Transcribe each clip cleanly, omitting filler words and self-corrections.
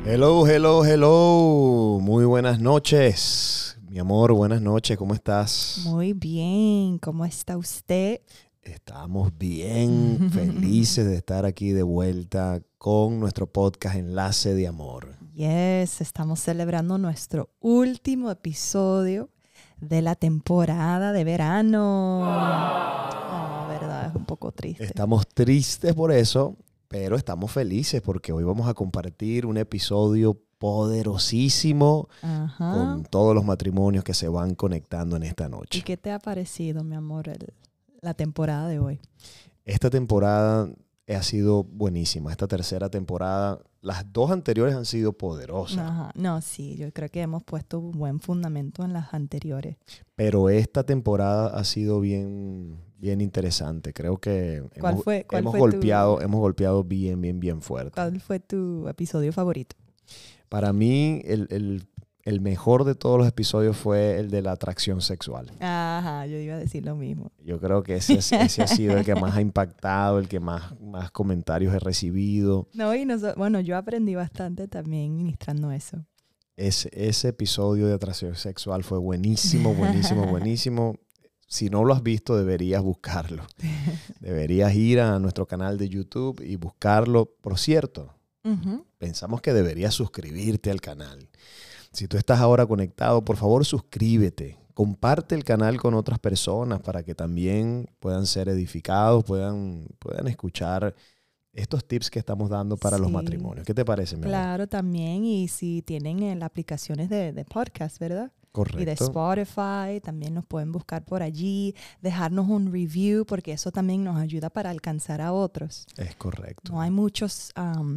Hello, hello, hello. Muy buenas noches. Mi amor, buenas noches. ¿Cómo estás? Muy bien. ¿Cómo está usted? Estamos bien felices de estar aquí de vuelta con nuestro podcast Enlace de Amor. Yes, estamos celebrando nuestro último episodio de la temporada de verano. Oh, verdad, es un poco triste. Estamos tristes por eso, pero estamos felices porque hoy vamos a compartir un episodio poderosísimo con todos los matrimonios que se van conectando en esta noche. ¿Y qué te ha parecido, mi amor, la temporada de hoy? Esta temporada ha sido buenísima. Esta tercera temporada, las dos anteriores han sido poderosas. Ajá. No, sí, yo creo que hemos puesto un buen fundamento en las anteriores. Pero esta temporada ha sido bien interesante. Creo que hemos golpeado bien fuerte. ¿Cuál fue tu episodio favorito? Para mí, el mejor de todos los episodios fue el de la atracción sexual. Ajá, yo iba a decir lo mismo. Yo creo que ese ha sido el que más ha impactado, el que más comentarios he recibido. No, y bueno, yo aprendí bastante también ministrando eso. Ese episodio de atracción sexual fue buenísimo, buenísimo, buenísimo. Si no lo has visto, deberías buscarlo. Deberías ir a nuestro canal de YouTube y buscarlo. Por cierto, pensamos que deberías suscribirte al canal. Si tú estás ahora conectado, por favor, suscríbete. Comparte el canal con otras personas para que también puedan ser edificados, puedan escuchar estos tips que estamos dando para los matrimonios. ¿Qué te parece, mi amor? Claro, también. Y si tienen las aplicaciones de podcast, ¿verdad? Correcto. Y de Spotify, también nos pueden buscar por allí, dejarnos un review, porque eso también nos ayuda para alcanzar a otros. Es correcto. No hay muchos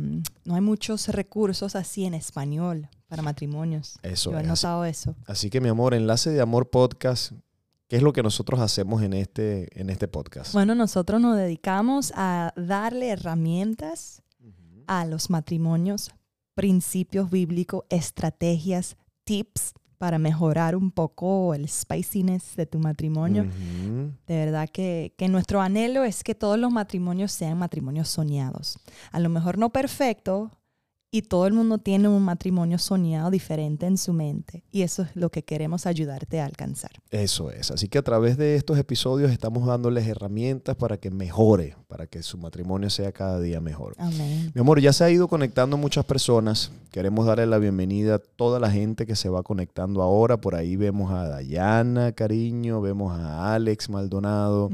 recursos así en español para matrimonios. Yo he notado eso. Así que, mi amor, Enlace de Amor Podcast, ¿qué es lo que nosotros hacemos en este podcast? Bueno, nosotros nos dedicamos a darle herramientas a los matrimonios, principios bíblicos, estrategias, tips para mejorar un poco el spiciness de tu matrimonio. De verdad que nuestro anhelo es que todos los matrimonios sean matrimonios soñados. A lo mejor no perfecto, y todo el mundo tiene un matrimonio soñado diferente en su mente. Y eso es lo que queremos ayudarte a alcanzar. Eso es. Así que a través de estos episodios estamos dándoles herramientas para que mejore, para que su matrimonio sea cada día mejor. Amén. Mi amor, ya se ha ido conectando muchas personas. Queremos darle la bienvenida a toda la gente que se va conectando ahora. Por ahí vemos a Dayana, cariño. Vemos a Alex Maldonado.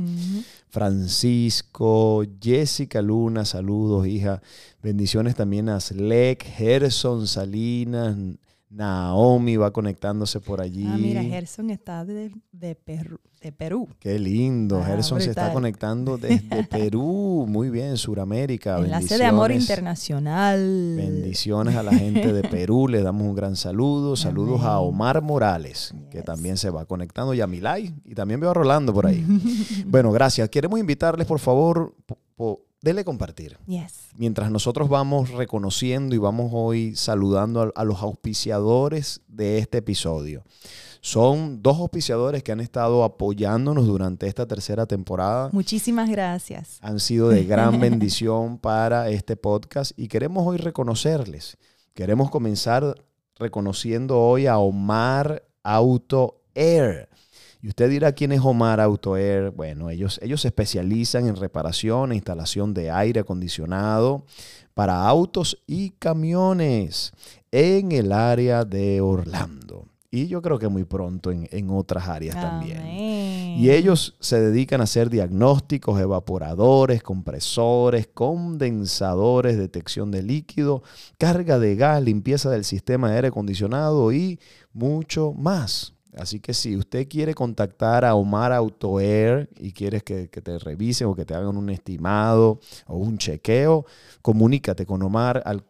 Francisco, Jessica Luna, saludos, hija. Bendiciones también a Slek, Gerson Salinas, Naomi va conectándose por allí. Ah, mira, Gerson está de Perú. Qué lindo, Gerson se está conectando desde Perú. Muy bien, Suramérica. Enlace de Amor Internacional. Bendiciones a la gente de Perú. Les damos un gran saludo. Saludos a Omar Morales, que también se va conectando, y a Milay. Y también veo a Rolando por ahí. Bueno, gracias. Queremos invitarles, por favor, denle compartir. Yes. Mientras nosotros vamos reconociendo y vamos hoy saludando a los auspiciadores de este episodio. Son dos auspiciadores que han estado apoyándonos durante esta tercera temporada. Muchísimas gracias. Han sido de gran bendición para este podcast y queremos hoy reconocerles. Queremos comenzar reconociendo hoy a Omar Auto Air. Y usted dirá, ¿quién es Omar Auto Air? Bueno, ellos se especializan en reparación e instalación de aire acondicionado para autos y camiones en el área de Orlando. Y yo creo que muy pronto en otras áreas también. Y ellos se dedican a hacer diagnósticos, evaporadores, compresores, condensadores, detección de líquido, carga de gas, limpieza del sistema de aire acondicionado y mucho más. Así que si usted quiere contactar a Omar Auto Air y quieres que te revisen o que te hagan un estimado o un chequeo, comunícate con Omar al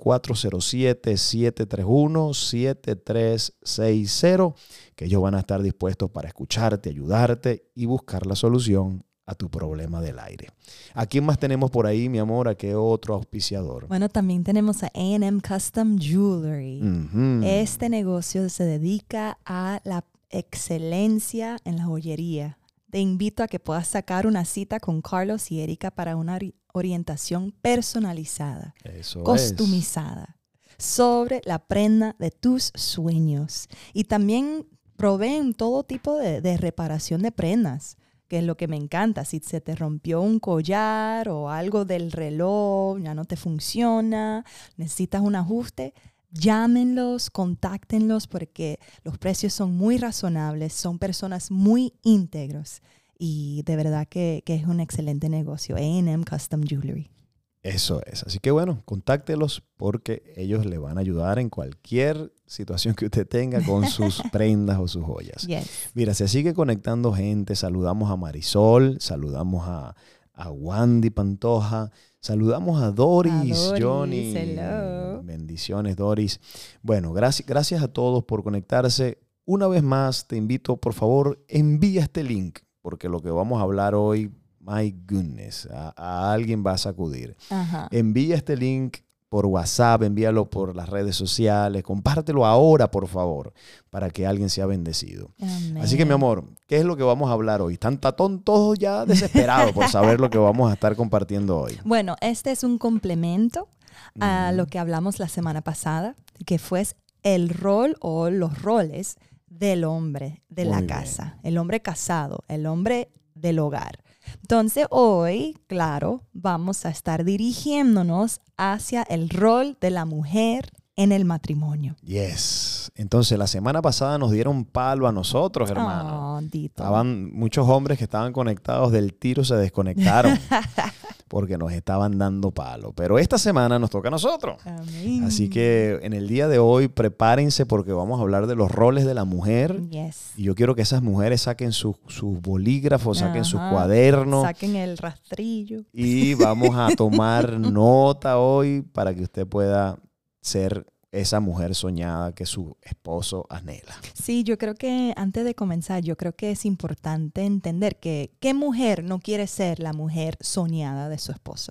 407-731-7360, que ellos van a estar dispuestos para escucharte, ayudarte y buscar la solución a tu problema del aire. ¿A quién más tenemos por ahí, mi amor? ¿A qué otro auspiciador? Bueno, también tenemos a A&M Custom Jewelry. Este negocio se dedica a la excelencia en la joyería. Te invito a que puedas sacar una cita con Carlos y Erika para una orientación personalizada, customizada. sobre la prenda de tus sueños. Y también proveen todo tipo de reparación de prendas, que es lo que me encanta. Si se te rompió un collar o algo del reloj, ya no te funciona, necesitas un ajuste, llámenlos, contáctenlos porque los precios son muy razonables, son personas muy íntegros y de verdad que es un excelente negocio. A&M Custom Jewelry. Eso es. Así que bueno, contáctelos porque ellos le van a ayudar en cualquier situación que usted tenga con sus prendas o sus joyas. Yes. Mira, se sigue conectando gente. Saludamos a Marisol, saludamos a Wandy Pantoja, saludamos a Doris, Johnny. Hello. Bendiciones, Doris. Bueno, gracias a todos por conectarse. Una vez más, te invito, por favor, envía este link, porque lo que vamos a hablar hoy, my goodness, a alguien va a sacudir. Ajá. Envía este link por WhatsApp, envíalo por las redes sociales, compártelo ahora, por favor, para que alguien sea bendecido. Amén. Así que, mi amor, ¿qué es lo que vamos a hablar hoy? Están todos ya desesperados por saber lo que vamos a estar compartiendo hoy. Bueno, este es un complemento a lo que hablamos la semana pasada, que fue el rol o los roles del hombre de Muy la bien. casa, el hombre casado, el hombre del hogar. Entonces hoy, claro, vamos a estar dirigiéndonos hacia el rol de la mujer en el matrimonio. Yes. Entonces, la semana pasada nos dieron palo a nosotros, hermano. Oh, Dito. Estaban muchos hombres que estaban conectados del tiro, se desconectaron porque nos estaban dando palo. Pero esta semana nos toca a nosotros. Amén. Así que en el día de hoy prepárense porque vamos a hablar de los roles de la mujer. Yes. Y yo quiero que esas mujeres saquen sus bolígrafos, saquen sus Ajá. cuadernos. Saquen el rastrillo. Y vamos a tomar nota hoy para que usted pueda ser esa mujer soñada que su esposo anhela. Sí, yo creo que antes de comenzar, yo creo que es importante entender que ¿qué mujer no quiere ser la mujer soñada de su esposo?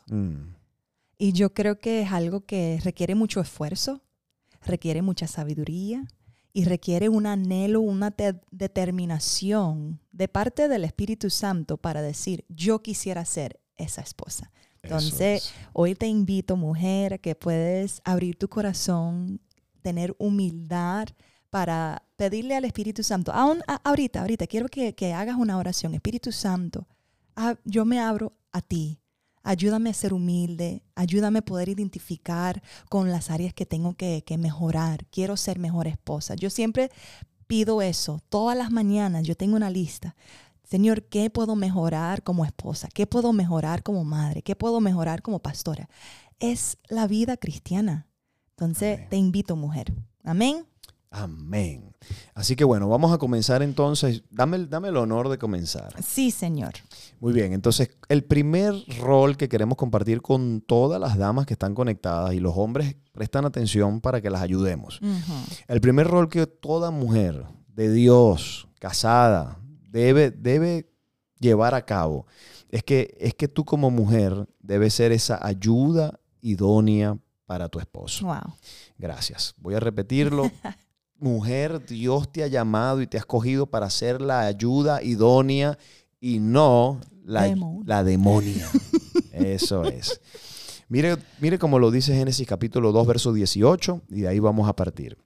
Y yo creo que es algo que requiere mucho esfuerzo, requiere mucha sabiduría y requiere un anhelo, una determinación de parte del Espíritu Santo para decir, yo quisiera ser esa esposa. Entonces, hoy te invito, mujer, a que puedes abrir tu corazón, tener humildad para pedirle al Espíritu Santo. Ahorita, quiero que hagas una oración. Espíritu Santo, yo me abro a ti. Ayúdame a ser humilde. Ayúdame a poder identificar con las áreas que tengo que mejorar. Quiero ser mejor esposa. Yo siempre pido eso. Todas las mañanas yo tengo una lista. Señor, ¿qué puedo mejorar como esposa? ¿Qué puedo mejorar como madre? ¿Qué puedo mejorar como pastora? Es la vida cristiana. Entonces, Amén. Te invito, mujer. Amén. Amén. Así que bueno, vamos a comenzar entonces. Dame el honor de comenzar. Sí, Señor. Muy bien, entonces el primer rol que queremos compartir con todas las damas que están conectadas y los hombres prestan atención para que las ayudemos. Uh-huh. El primer rol que toda mujer de Dios, casada, debe llevar a cabo es que tú como mujer debes ser esa ayuda idónea para tu esposo. Wow. Gracias. Voy a repetirlo. Mujer, Dios te ha llamado y te ha escogido para ser la ayuda idónea y no la demonia. Eso es. Mire cómo lo dice Génesis capítulo 2, verso 18, y de ahí vamos a partir.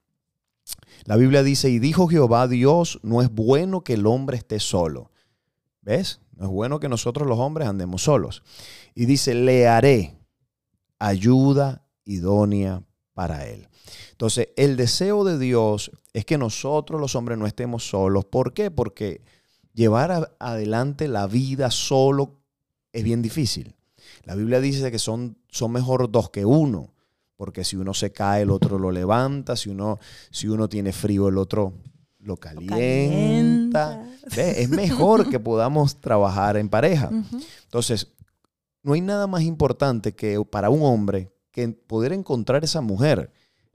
La Biblia dice, y dijo Jehová Dios, no es bueno que el hombre esté solo. ¿Ves? No es bueno que nosotros los hombres andemos solos. Y dice, le haré ayuda idónea para él. Entonces, el deseo de Dios es que nosotros los hombres no estemos solos. ¿Por qué? Porque llevar adelante la vida solo es bien difícil. La Biblia dice que son mejor dos que uno. Porque si uno se cae, el otro lo levanta. Si uno tiene frío, el otro lo calienta. ¿Ves? Es mejor que podamos trabajar en pareja. Uh-huh. Entonces, no hay nada más importante que para un hombre que poder encontrar esa mujer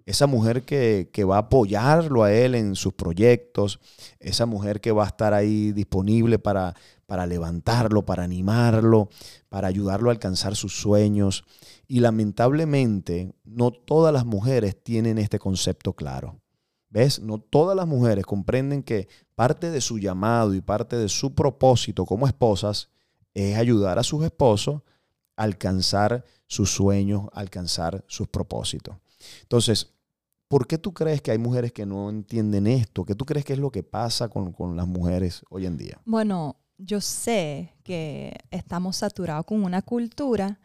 que va a apoyarlo a él en sus proyectos, esa mujer que va a estar ahí disponible para levantarlo, para animarlo, para ayudarlo a alcanzar sus sueños. Y lamentablemente, no todas las mujeres tienen este concepto claro. ¿Ves? No todas las mujeres comprenden que parte de su llamado y parte de su propósito como esposas es ayudar a sus esposos a alcanzar sus sueños, a alcanzar sus propósitos. Entonces, ¿por qué tú crees que hay mujeres que no entienden esto? ¿Qué tú crees que es lo que pasa con las mujeres hoy en día? Bueno, yo sé que estamos saturados con una cultura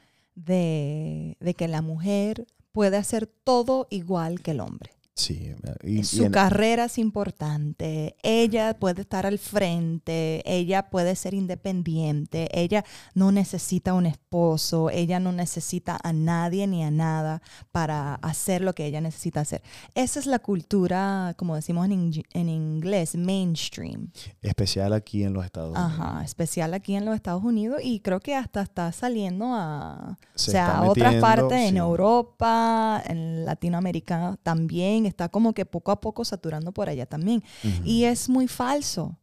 de que la mujer puede hacer todo igual que el hombre. Sí. Su carrera es importante, ella puede estar al frente, ella puede ser independiente, ella no necesita un esposo, ella no necesita a nadie ni a nada para hacer lo que ella necesita hacer. Esa es la cultura, como decimos en inglés, mainstream. Especial aquí en los Estados Unidos. Ajá, especial aquí en los Estados Unidos y creo que hasta está saliendo a Está otras metiendo, partes en sí. Europa, en Latinoamérica también, está como que poco a poco saturando por allá también. Ujú. Y es muy falso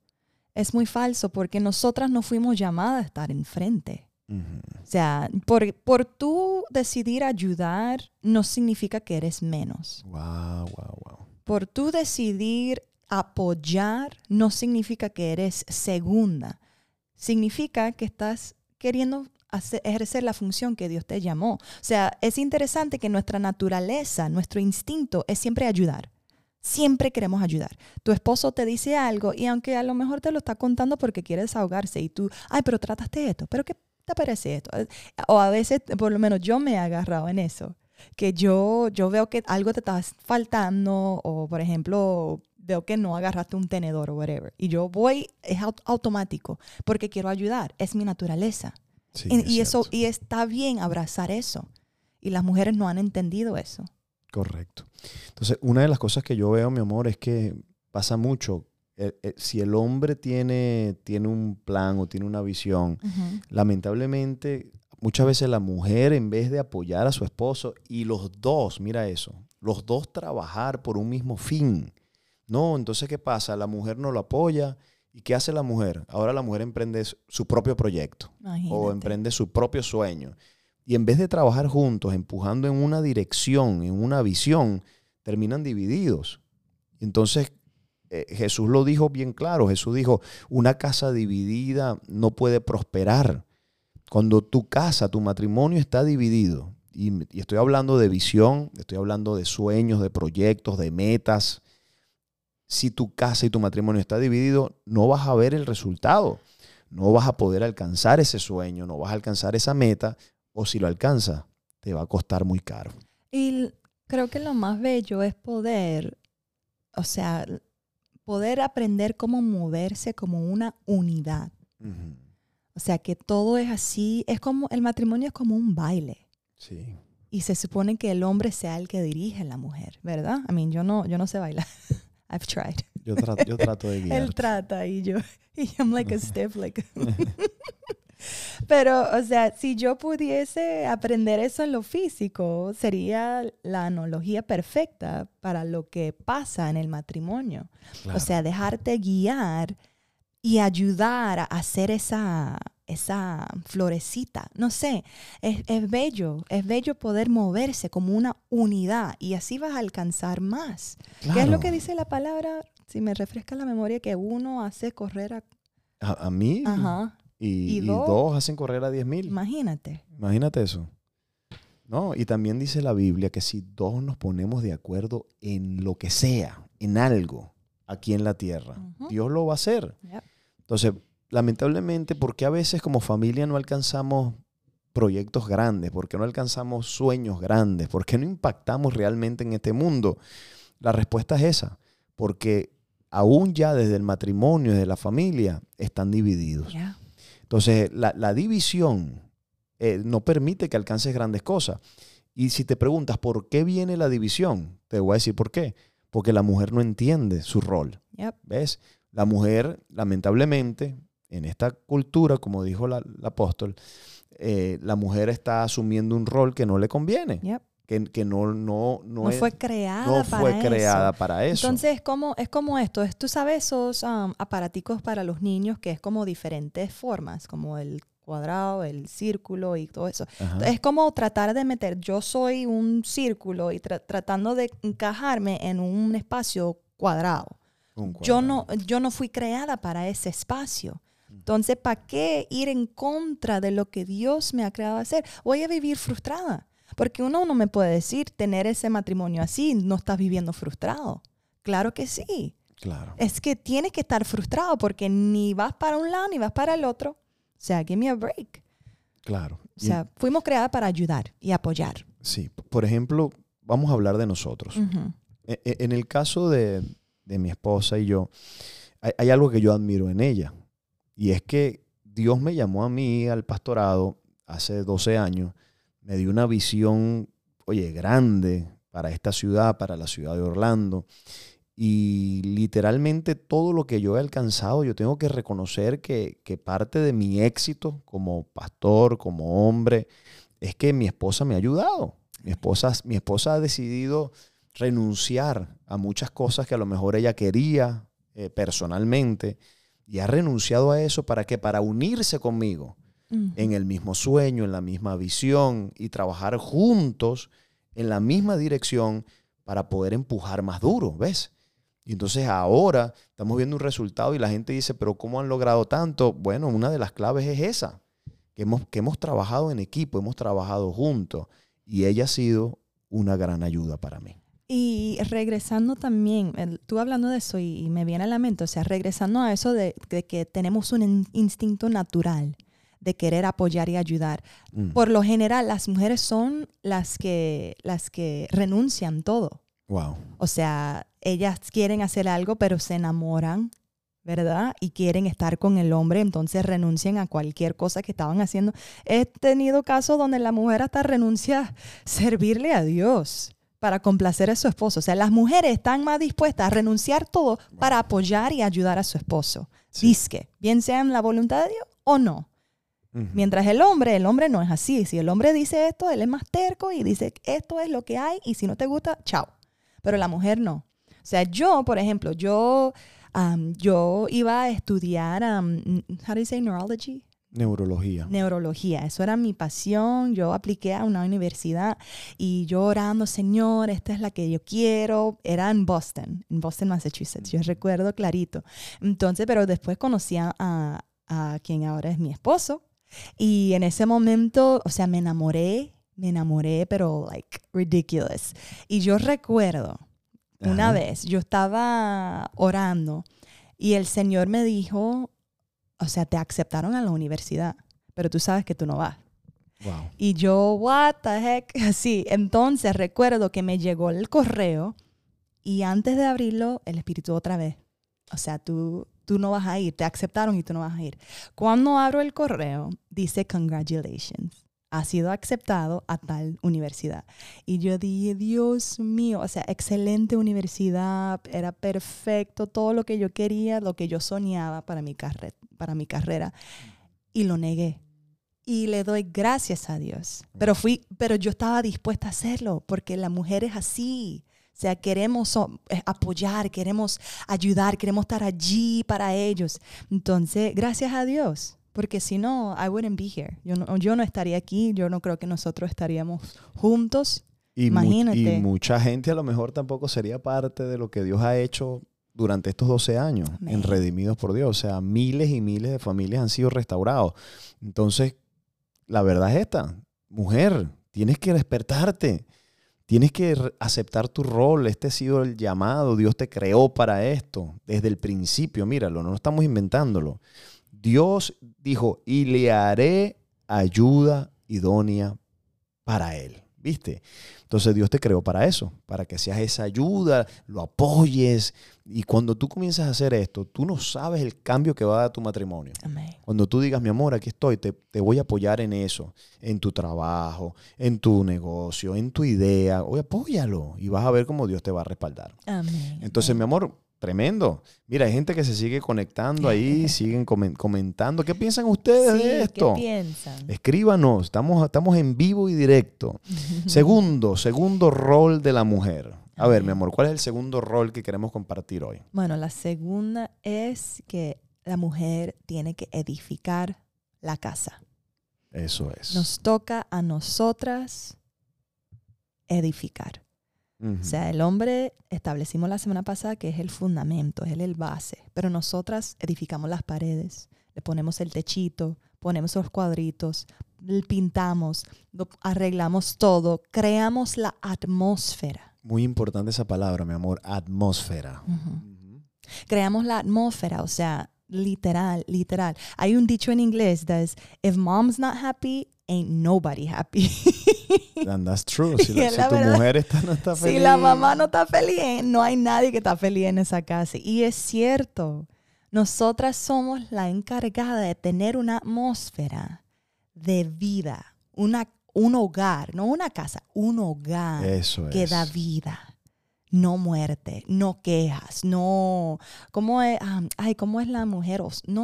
porque nosotras no fuimos llamadas a estar enfrente. Ujú. O sea, por tú decidir ayudar no significa que eres menos. Wow. Por tú decidir apoyar no significa que eres segunda. Significa que estás queriendo ejercer la función que Dios te llamó. O sea, es interesante que nuestra naturaleza, nuestro instinto es siempre ayudar. Siempre queremos ayudar. Tu esposo te dice algo y aunque a lo mejor te lo está contando porque quiere desahogarse y tú, ay, pero trataste esto, pero ¿qué te parece esto? O a veces, por lo menos yo me he agarrado en eso. Que yo veo que algo te está faltando o, por ejemplo, veo que no agarraste un tenedor o whatever. Y yo voy, es automático, porque quiero ayudar. Es mi naturaleza. Sí, Y está bien abrazar eso. Y las mujeres no han entendido eso. correcto. Entonces, una de las cosas que yo veo, mi amor, es que pasa mucho. Si el hombre tiene un plan o tiene una visión, Uh-huh. lamentablemente, muchas veces la mujer, en vez de apoyar a su esposo, y los dos, mira eso, los dos trabajar por un mismo fin. No, entonces, ¿qué pasa? La mujer no lo apoya. ¿Y qué hace la mujer? Ahora la mujer emprende su propio proyecto. Imagínate. O emprende su propio sueño. Y en vez de trabajar juntos, empujando en una dirección, en una visión, terminan divididos. Entonces, Jesús lo dijo bien claro. Jesús dijo, una casa dividida no puede prosperar. Cuando tu casa, tu matrimonio está dividido, y estoy hablando de visión, estoy hablando de sueños, de proyectos, de metas. Si tu casa y tu matrimonio está dividido, no vas a ver el resultado. No vas a poder alcanzar ese sueño, no vas a alcanzar esa meta, o si lo alcanzas, te va a costar muy caro. Y creo que lo más bello es poder aprender cómo moverse como una unidad. Uh-huh. O sea, que todo es así. El matrimonio es como un baile. Sí. Y se supone que el hombre sea el que dirige a la mujer, ¿verdad? Yo no sé bailar. I've tried. Yo trato de guiar. Él trata y I'm like a stiff, like. Pero, o sea, si yo pudiese aprender eso en lo físico, sería la analogía perfecta para lo que pasa en el matrimonio. Claro. O sea, dejarte guiar y ayudar a hacer esa florecita. No sé, es bello poder moverse como una unidad y así vas a alcanzar más. Claro. ¿Qué es lo que dice la palabra? Si me refresca la memoria, que uno hace correr a mí. Ajá. Y dos hacen correr a 10,000. Imagínate. Imagínate eso. No, y también dice la Biblia que si dos nos ponemos de acuerdo en lo que sea, en algo, aquí en la tierra, Uh-huh. Dios lo va a hacer. Yep. Entonces, lamentablemente, ¿por qué a veces como familia no alcanzamos proyectos grandes? ¿Por qué no alcanzamos sueños grandes? ¿Por qué no impactamos realmente en este mundo? La respuesta es esa. Porque aún ya desde el matrimonio, desde la familia, están divididos. Yeah. Entonces, la división no permite que alcances grandes cosas. Y si te preguntas por qué viene la división, te voy a decir por qué. Porque la mujer no entiende su rol. Yep. ¿Ves? La mujer, lamentablemente, en esta cultura, como dijo el apóstol, la mujer está asumiendo un rol que no le conviene. Yep. Que no fue creada para eso. Entonces es como esto. Tú sabes esos aparaticos para los niños que es como diferentes formas, como el cuadrado, el círculo y todo eso. Ajá. Es como tratar de meter, yo soy un círculo y tratando de encajarme en un espacio cuadrado. Yo no fui creada para ese espacio. Entonces, ¿para qué ir en contra de lo que Dios me ha creado hacer? Voy a vivir frustrada. Porque uno no me puede decir, tener ese matrimonio así, no estás viviendo frustrado. Claro que sí. Claro. Es que tienes que estar frustrado porque ni vas para un lado ni vas para el otro. O sea, give me a break. Claro. O sea, fuimos creadas para ayudar y apoyar. Sí. Por ejemplo, vamos a hablar de nosotros. Uh-huh. En el caso de mi esposa y yo, hay algo que yo admiro en ella. Y es que Dios me llamó a mí al pastorado hace 12 años. Me dio una visión, oye, grande para esta ciudad, para la ciudad de Orlando. Y literalmente todo lo que yo he alcanzado, yo tengo que reconocer que parte de mi éxito como pastor, como hombre, es que mi esposa me ha ayudado. Mi esposa ha decidido renunciar a muchas cosas que a lo mejor ella quería personalmente, y ha renunciado a eso ¿para qué? Para unirse conmigo en el mismo sueño, en la misma visión, y trabajar juntos en la misma dirección para poder empujar más duro, ¿ves? Y entonces ahora estamos viendo un resultado y la gente dice, pero ¿cómo han logrado tanto? Bueno, una de las claves es esa, que hemos trabajado en equipo, hemos trabajado juntos, y ella ha sido una gran ayuda para mí. Y regresando también, tú hablando de eso y me viene a la mente, o sea, regresando a eso de que tenemos un instinto natural de querer apoyar y ayudar. Por lo general, las mujeres son las que renuncian todo. Wow. O sea, ellas quieren hacer algo, pero se enamoran, ¿verdad? Y quieren estar con el hombre, entonces renuncian a cualquier cosa que estaban haciendo. He tenido casos donde la mujer hasta renuncia a servirle a Dios para complacer a su esposo. O sea, las mujeres están más dispuestas a renunciar todo para apoyar y ayudar a su esposo. Sí. Disque, bien sea en la voluntad de Dios o no. Uh-huh. Mientras el hombre no es así. Si el hombre dice esto, él es más terco y dice esto es lo que hay y si no te gusta, chao. Pero la mujer no. O sea, yo, por ejemplo, yo iba a estudiar, how do you say neurology? Neurología. Eso era mi pasión. Yo apliqué a una universidad y yo orando, Señor, esta es la que yo quiero. Era en Boston, Massachusetts. Yo recuerdo clarito. Entonces, pero después conocí a quien ahora es mi esposo. Y en ese momento, o sea, me enamoré, pero like ridiculous. Y yo recuerdo una vez, yo estaba orando y el Señor me dijo, o sea, te aceptaron a la universidad, pero tú sabes que tú no vas. Wow. Y yo, what the heck? Así, entonces recuerdo que me llegó el correo y antes de abrirlo, el Espíritu otra vez. O sea, tú no vas a ir, te aceptaron y tú no vas a ir. Cuando abro el correo, dice, congratulations, ha sido aceptado a tal universidad. Y yo dije, Dios mío, o sea, excelente universidad, era perfecto, todo lo que yo quería, lo que yo soñaba para mi carrera. Y lo negué. Y le doy gracias a Dios. Pero yo estaba dispuesta a hacerlo, porque la mujer es así. O sea, queremos apoyar, queremos ayudar, queremos estar allí para ellos. Entonces, gracias a Dios. Porque si no, I wouldn't be here. Yo no estaría aquí. Yo no creo que nosotros estaríamos juntos. Imagínate. Y mucha gente a lo mejor tampoco sería parte de lo que Dios ha hecho durante estos 12 años en Redimidos por Dios. O sea, miles y miles de familias han sido restaurados. Entonces, la verdad es esta. Mujer, tienes que despertarte. Tienes que aceptar tu rol. Este ha sido el llamado. Dios te creó para esto. Desde el principio, míralo, no estamos inventándolo. Dios dijo, y le haré ayuda idónea para él. ¿Viste? Entonces Dios te creó para eso, para que seas esa ayuda, lo apoyes. Y cuando tú comienzas a hacer esto, tú no sabes el cambio que va a dar tu matrimonio. Amén. Cuando tú digas, mi amor, aquí estoy, te voy a apoyar en eso, en tu trabajo, en tu negocio, en tu idea. Oye, apóyalo y vas a ver cómo Dios te va a respaldar. Amén. Entonces, mi amor, tremendo. Mira, hay gente que se sigue conectando ahí, siguen comentando. ¿Qué piensan ustedes de esto? ¿Qué piensan? Escríbanos, estamos en vivo y directo. Segundo rol de la mujer. A ver, mi amor, ¿cuál es el segundo rol que queremos compartir hoy? Bueno, la segunda es que la mujer tiene que edificar la casa. Eso es. Nos toca a nosotras edificar. Uh-huh. O sea, el hombre, establecimos la semana pasada que es el fundamento, es el base, pero nosotras edificamos las paredes, le ponemos el techito, ponemos los cuadritos, pintamos, lo arreglamos todo, creamos la atmósfera. Muy importante esa palabra, mi amor, atmósfera. Creamos la atmósfera, o sea, literal. Hay un dicho en inglés that is, if mom's not happy, ain't nobody happy. And that's true. Si tu verdad. mujer no está feliz. Si la mamá no está feliz, no hay nadie que está feliz en esa casa. Y es cierto, nosotras somos la encargada de tener una atmósfera de vida, un hogar, no una casa, un hogar. Eso que es. da vida. No muerte, no quejas, no... ¿Cómo es, ¿cómo es la mujer?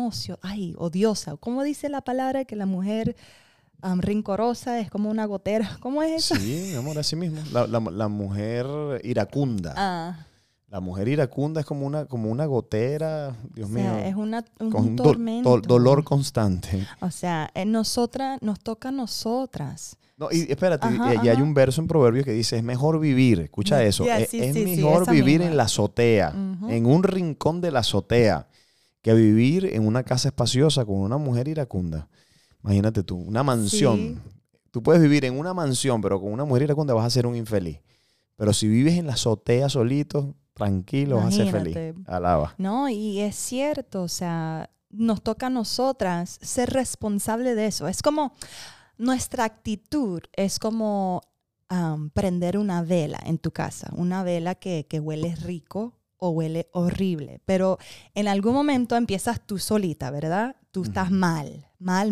Odiosa. ¿Cómo dice la palabra que la mujer rincorosa es como una gotera? ¿Cómo es eso? Sí, mi amor, así mismo. La mujer iracunda. La mujer iracunda es como una gotera, Dios mío. Es un con tormento. Dolor constante. O sea, nos toca a nosotras. No, y espérate, y hay un verso en Proverbios que dice, es mejor vivir, escucha eso, Yeah, es mejor vivir en la azotea, en un rincón de la azotea, que vivir en una casa espaciosa con una mujer iracunda. Imagínate tú, una mansión. Sí. Tú puedes vivir en una mansión, pero con una mujer iracunda vas a ser un infeliz. Pero si vives en la azotea solito, tranquilo, vas a ser feliz. Alaba. No, y es cierto, o sea, nos toca a nosotras ser responsables de eso. Es como... Nuestra actitud es como prender una vela en tu casa, una vela que huele rico o huele horrible, pero en algún momento empiezas tú solita, ¿verdad? Tú estás mal,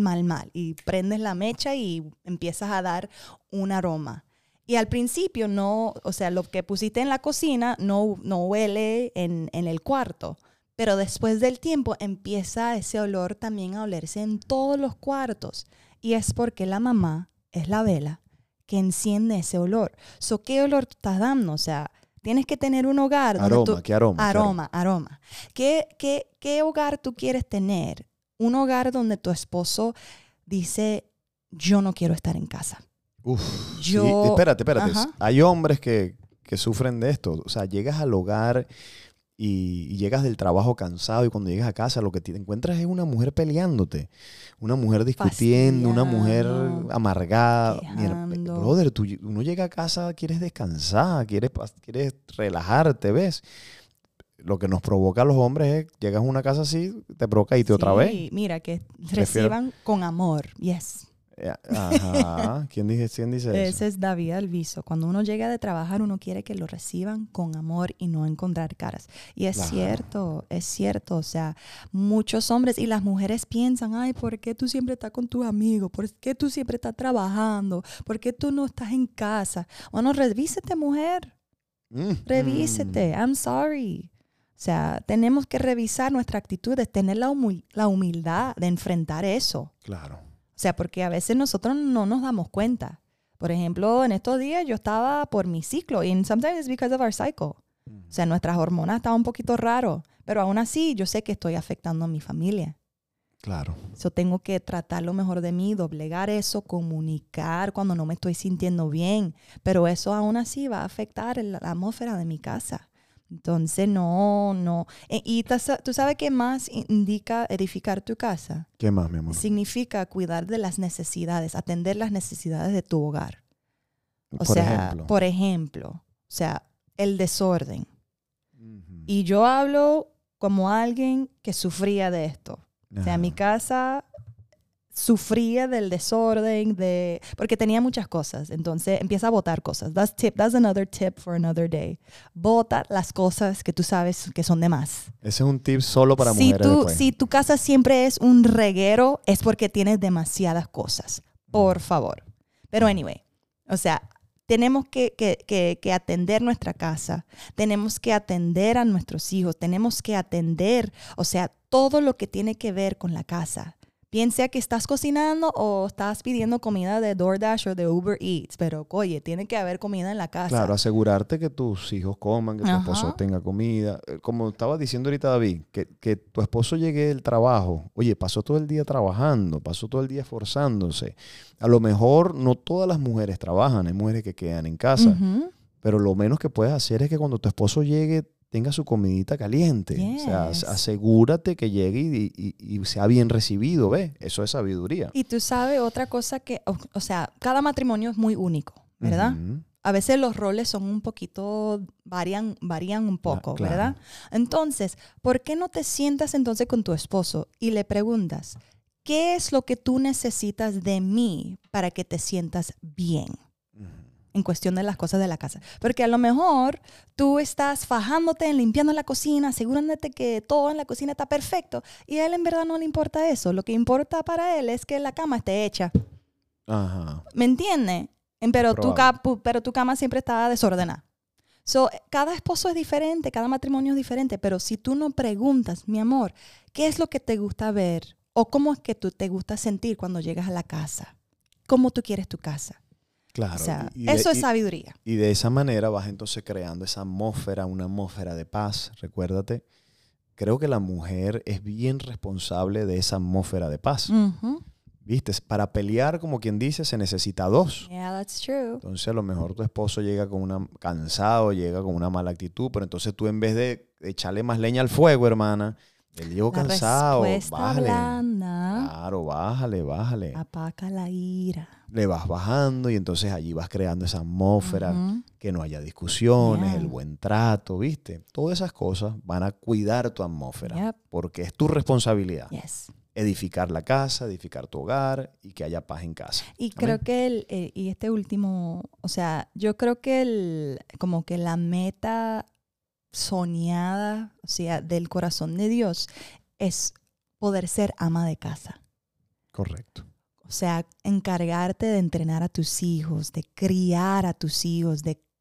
y prendes la mecha y empiezas a dar un aroma. Y al principio no, o sea, lo que pusiste en la cocina no huele en el cuarto. Pero después del tiempo empieza ese olor también a olerse en todos los cuartos. Y es porque la mamá es la vela que enciende ese olor. ¿Qué olor tú estás dando? O sea, tienes que tener un hogar donde ¿Qué aroma? Aroma. ¿Qué hogar tú quieres tener? Un hogar donde tu esposo dice, yo no quiero estar en casa. Sí. Espérate. Hay hombres que sufren de esto. O sea, llegas al hogar y llegas del trabajo cansado y cuando llegas a casa lo que te encuentras es una mujer peleándote, una mujer discutiendo, una mujer amargada. Brother, uno llega a casa, quieres descansar, quieres relajarte, ¿ves? Lo que nos provoca a los hombres es, llegas a una casa así, te provoca irte otra vez. Sí, mira, que reciban con amor, yes. Ajá. ¿Quién dice eso? Ese es David Alviso. Cuando uno llega de trabajar, uno quiere que lo reciban con amor y no encontrar caras. Y es cierto. O sea, muchos hombres y las mujeres piensan, ay, ¿por qué tú siempre estás con tus amigos? ¿Por qué tú siempre estás trabajando? ¿Por qué tú no estás en casa? Bueno, revísete, mujer. Revísete. I'm sorry. O sea, tenemos que revisar nuestra actitud, de tener la humildad de enfrentar eso. Claro. O sea, porque a veces nosotros no nos damos cuenta. Por ejemplo, en estos días yo estaba por mi ciclo. Y sometimes it's because of our cycle. O sea, nuestras hormonas estaban un poquito raro. Pero aún así, yo sé que estoy afectando a mi familia. Claro. So, tengo que tratar lo mejor de mí, doblegar eso, comunicar cuando no me estoy sintiendo bien. Pero eso aún así va a afectar la atmósfera de mi casa. Entonces, no. Y tú sabes qué más indica edificar tu casa. ¿Qué más, mi amor? Significa cuidar de las necesidades, atender las necesidades de tu hogar. Por ejemplo, el desorden. Y yo hablo como alguien que sufría de esto. O sea, mi casa sufría del desorden, porque tenía muchas cosas. Entonces empieza a botar cosas. That's another tip for another day. Bota las cosas que tú sabes que son de más. Ese es un tip solo para mujeres. Si tu casa siempre es un reguero, es porque tienes demasiadas cosas. Por favor. Pero anyway, o sea, tenemos que atender nuestra casa. Tenemos que atender a nuestros hijos. Tenemos que atender, o sea, todo lo que tiene que ver con la casa. Piensa que estás cocinando o estás pidiendo comida de DoorDash o de Uber Eats, pero oye, tiene que haber comida en la casa. Claro, asegurarte que tus hijos coman, que tu esposo tenga comida. Como estaba diciendo ahorita David, que tu esposo llegue del trabajo, oye, pasó todo el día trabajando, pasó todo el día esforzándose. A lo mejor no todas las mujeres trabajan, hay mujeres que quedan en casa, pero lo menos que puedes hacer es que cuando tu esposo llegue tenga su comidita caliente. Yes. O sea, asegúrate que llegue y sea bien recibido, ¿ves? Eso es sabiduría. Y tú sabes otra cosa que, o sea, cada matrimonio es muy único, ¿verdad? A veces los roles son un poquito, varían un poco, Claro. ¿verdad? Entonces, ¿por qué no te sientas entonces con tu esposo y le preguntas, ¿qué es lo que tú necesitas de mí para que te sientas bien? En cuestión de las cosas de la casa. Porque a lo mejor tú estás fajándote en limpiando la cocina, asegurándote que todo en la cocina está perfecto, y a él en verdad no le importa eso. Lo que importa para él es que la cama esté hecha. Ajá. ¿Me entiendes? Pero tu cama siempre está desordenada. So, cada esposo es diferente, cada matrimonio es diferente, pero si tú no preguntas, mi amor, ¿qué es lo que te gusta ver? ¿O cómo es que tú te gusta sentir cuando llegas a la casa? ¿Cómo tú quieres tu casa? Claro. O sea, eso es sabiduría. Y de esa manera vas entonces creando esa atmósfera, una atmósfera de paz. Recuérdate, creo que la mujer es bien responsable de esa atmósfera de paz. ¿Viste? Para pelear, como quien dice, se necesita dos. Yeah, that's true. Entonces, a lo mejor tu esposo llega cansado, llega con una mala actitud, pero entonces tú en vez de echarle más leña al fuego, hermana, él llegó cansado. Bájale. Blanda. Claro, bájale. Apaga la ira. Le vas bajando y entonces allí vas creando esa atmósfera, que no haya discusiones, el buen trato, ¿viste? Todas esas cosas van a cuidar tu atmósfera, porque es tu responsabilidad. Yes. Edificar la casa, edificar tu hogar y que haya paz en casa. Y creo que y este último, o sea, yo creo que como que la meta soñada, o sea, del corazón de Dios es poder ser ama de casa. Correcto. O sea, encargarte de entrenar a tus hijos, de criar a tus hijos,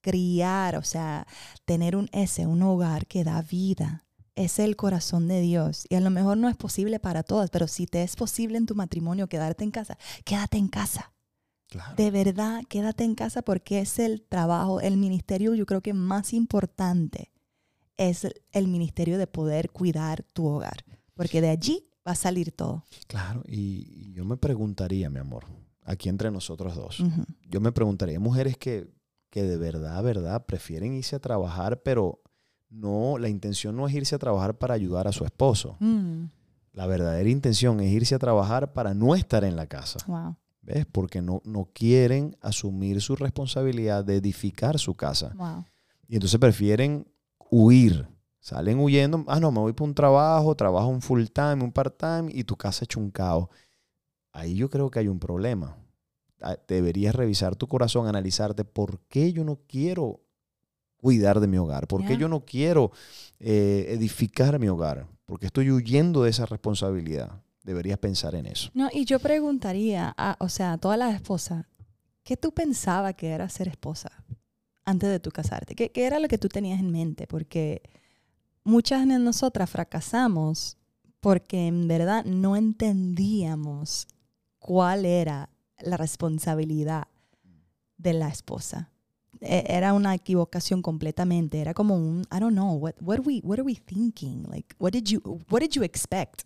o sea, tener un hogar que da vida. Es el corazón de Dios. Y a lo mejor no es posible para todas, pero si te es posible en tu matrimonio quedarte en casa, quédate en casa. Claro. De verdad, quédate en casa porque es el trabajo, el ministerio yo creo que más importante es el ministerio de poder cuidar tu hogar. Porque de allí va a salir todo. Claro, y yo me preguntaría, mi amor, aquí entre nosotros dos, yo me preguntaría, mujeres que de verdad, prefieren irse a trabajar, pero no, la intención no es irse a trabajar para ayudar a su esposo. La verdadera intención es irse a trabajar para no estar en la casa. Wow. ¿Ves? Porque no quieren asumir su responsabilidad de edificar su casa. Wow. Y entonces prefieren huir. Salen huyendo. Ah, no, me voy para un trabajo un full time, un part time y tu casa hecho un caos. Ahí yo creo que hay un problema. Deberías revisar tu corazón, analizarte por qué yo no quiero cuidar de mi hogar, por qué yo no quiero edificar mi hogar, porque estoy huyendo de esa responsabilidad. Deberías pensar en eso. No, y yo preguntaría, o sea, a todas las esposas, ¿qué tú pensabas que era ser esposa antes de tú casarte? ¿Qué era lo que tú tenías en mente? Porque muchas de nosotras fracasamos porque en verdad no entendíamos cuál era la responsabilidad de la esposa. Era una equivocación completamente. Era como un, I don't know, what are we thinking? Like, what did you expect?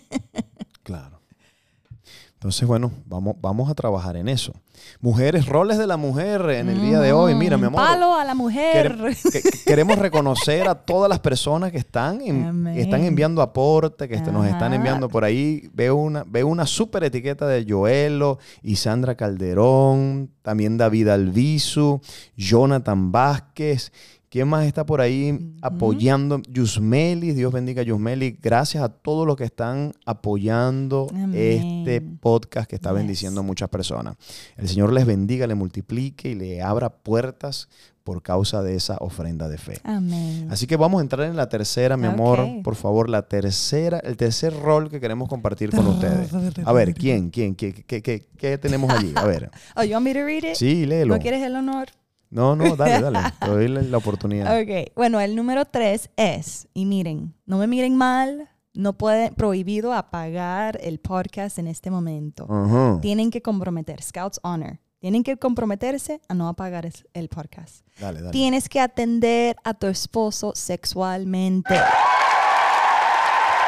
Claro. Entonces, bueno, vamos a trabajar en eso. Mujeres, roles de la mujer en el día de hoy. Mira, mi amor. Palo a la mujer. Queremos reconocer a todas las personas que están enviando aporte, que nos están enviando por ahí. Veo una súper etiqueta de Joelo y Sandra Calderón, también David Albizu, Jonathan Vázquez. ¿Quién más está por ahí apoyando? Yusmeli, Dios bendiga a Yusmeli. Gracias a todos los que están apoyando este podcast que está bendiciendo a muchas personas. El Señor les bendiga, le multiplique y le abra puertas por causa de esa ofrenda de fe. Amén. Así que vamos a entrar en la tercera, mi amor. Por favor, el tercer rol que queremos compartir con ustedes. A ver, ¿quién? ¿Qué tenemos allí? A ver. Oh, you want me to read it? Sí, léelo. ¿No quieres el honor? No, dale. Te doy la oportunidad. Ok. Bueno, el número 3 es, y miren, no me miren mal, no puede, prohibido apagar el podcast en este momento. Tienen que comprometer, Scouts Honor. Tienen que comprometerse a no apagar el podcast. Dale. Tienes que atender a tu esposo sexualmente.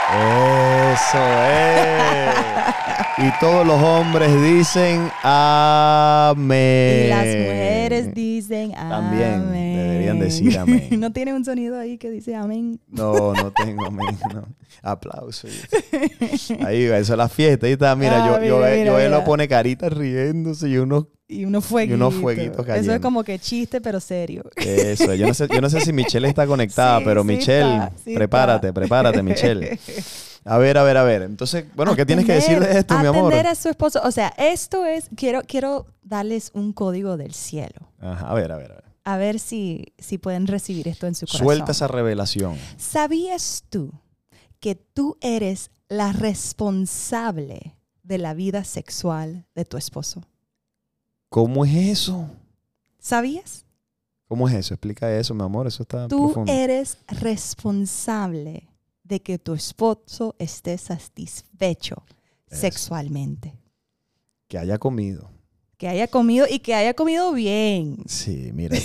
Eso es. Y todos los hombres dicen amén. Y las mujeres dicen También amén. deberían decir amén. ¿No tiene un sonido ahí que dice amén? No, no tengo amén. No. Aplausos. Ahí, eso es la fiesta. Ahí está, mira, Joel lo pone carita riéndose y unos fueguitos cayendo. Eso es como que chiste, pero serio. Eso, yo no sé si Michelle está conectada, Sí, pero sí Michelle, está, sí prepárate, Michelle. A ver. Entonces, bueno, ¿qué tienes que decir de esto, mi amor? Atender a su esposo. O sea, esto es, quiero darles un código del cielo. Ajá, a ver. A ver si pueden recibir esto en su corazón. Suelta esa revelación. ¿Sabías tú que tú eres la responsable de la vida sexual de tu esposo? ¿Cómo es eso? ¿Sabías? ¿Cómo es eso? Explica eso, mi amor. Eso está Tú profundo. eres responsable de que tu esposo esté satisfecho Eso. sexualmente. Que haya comido. Que haya comido y que haya comido bien. Sí, mira.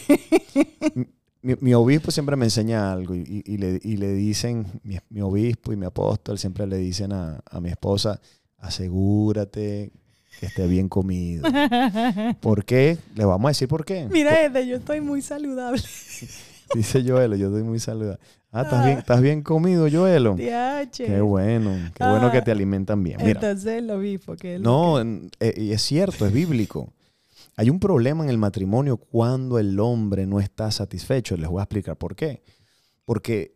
Mi obispo siempre me enseña algo y le dicen, mi obispo y mi apóstol siempre le dicen a mi esposa, asegúrate que esté bien comido. ¿Por qué? Le vamos a decir por qué. Mira, yo estoy muy saludable. Dice Joelo, yo estoy muy saludable. ¿Estás bien comido, Joelo? Diache. Qué bueno que te alimentan bien. Mira, Entonces lo vi porque no, y es cierto, es bíblico. Hay un problema en el matrimonio cuando el hombre no está satisfecho. Les voy a explicar por qué. Porque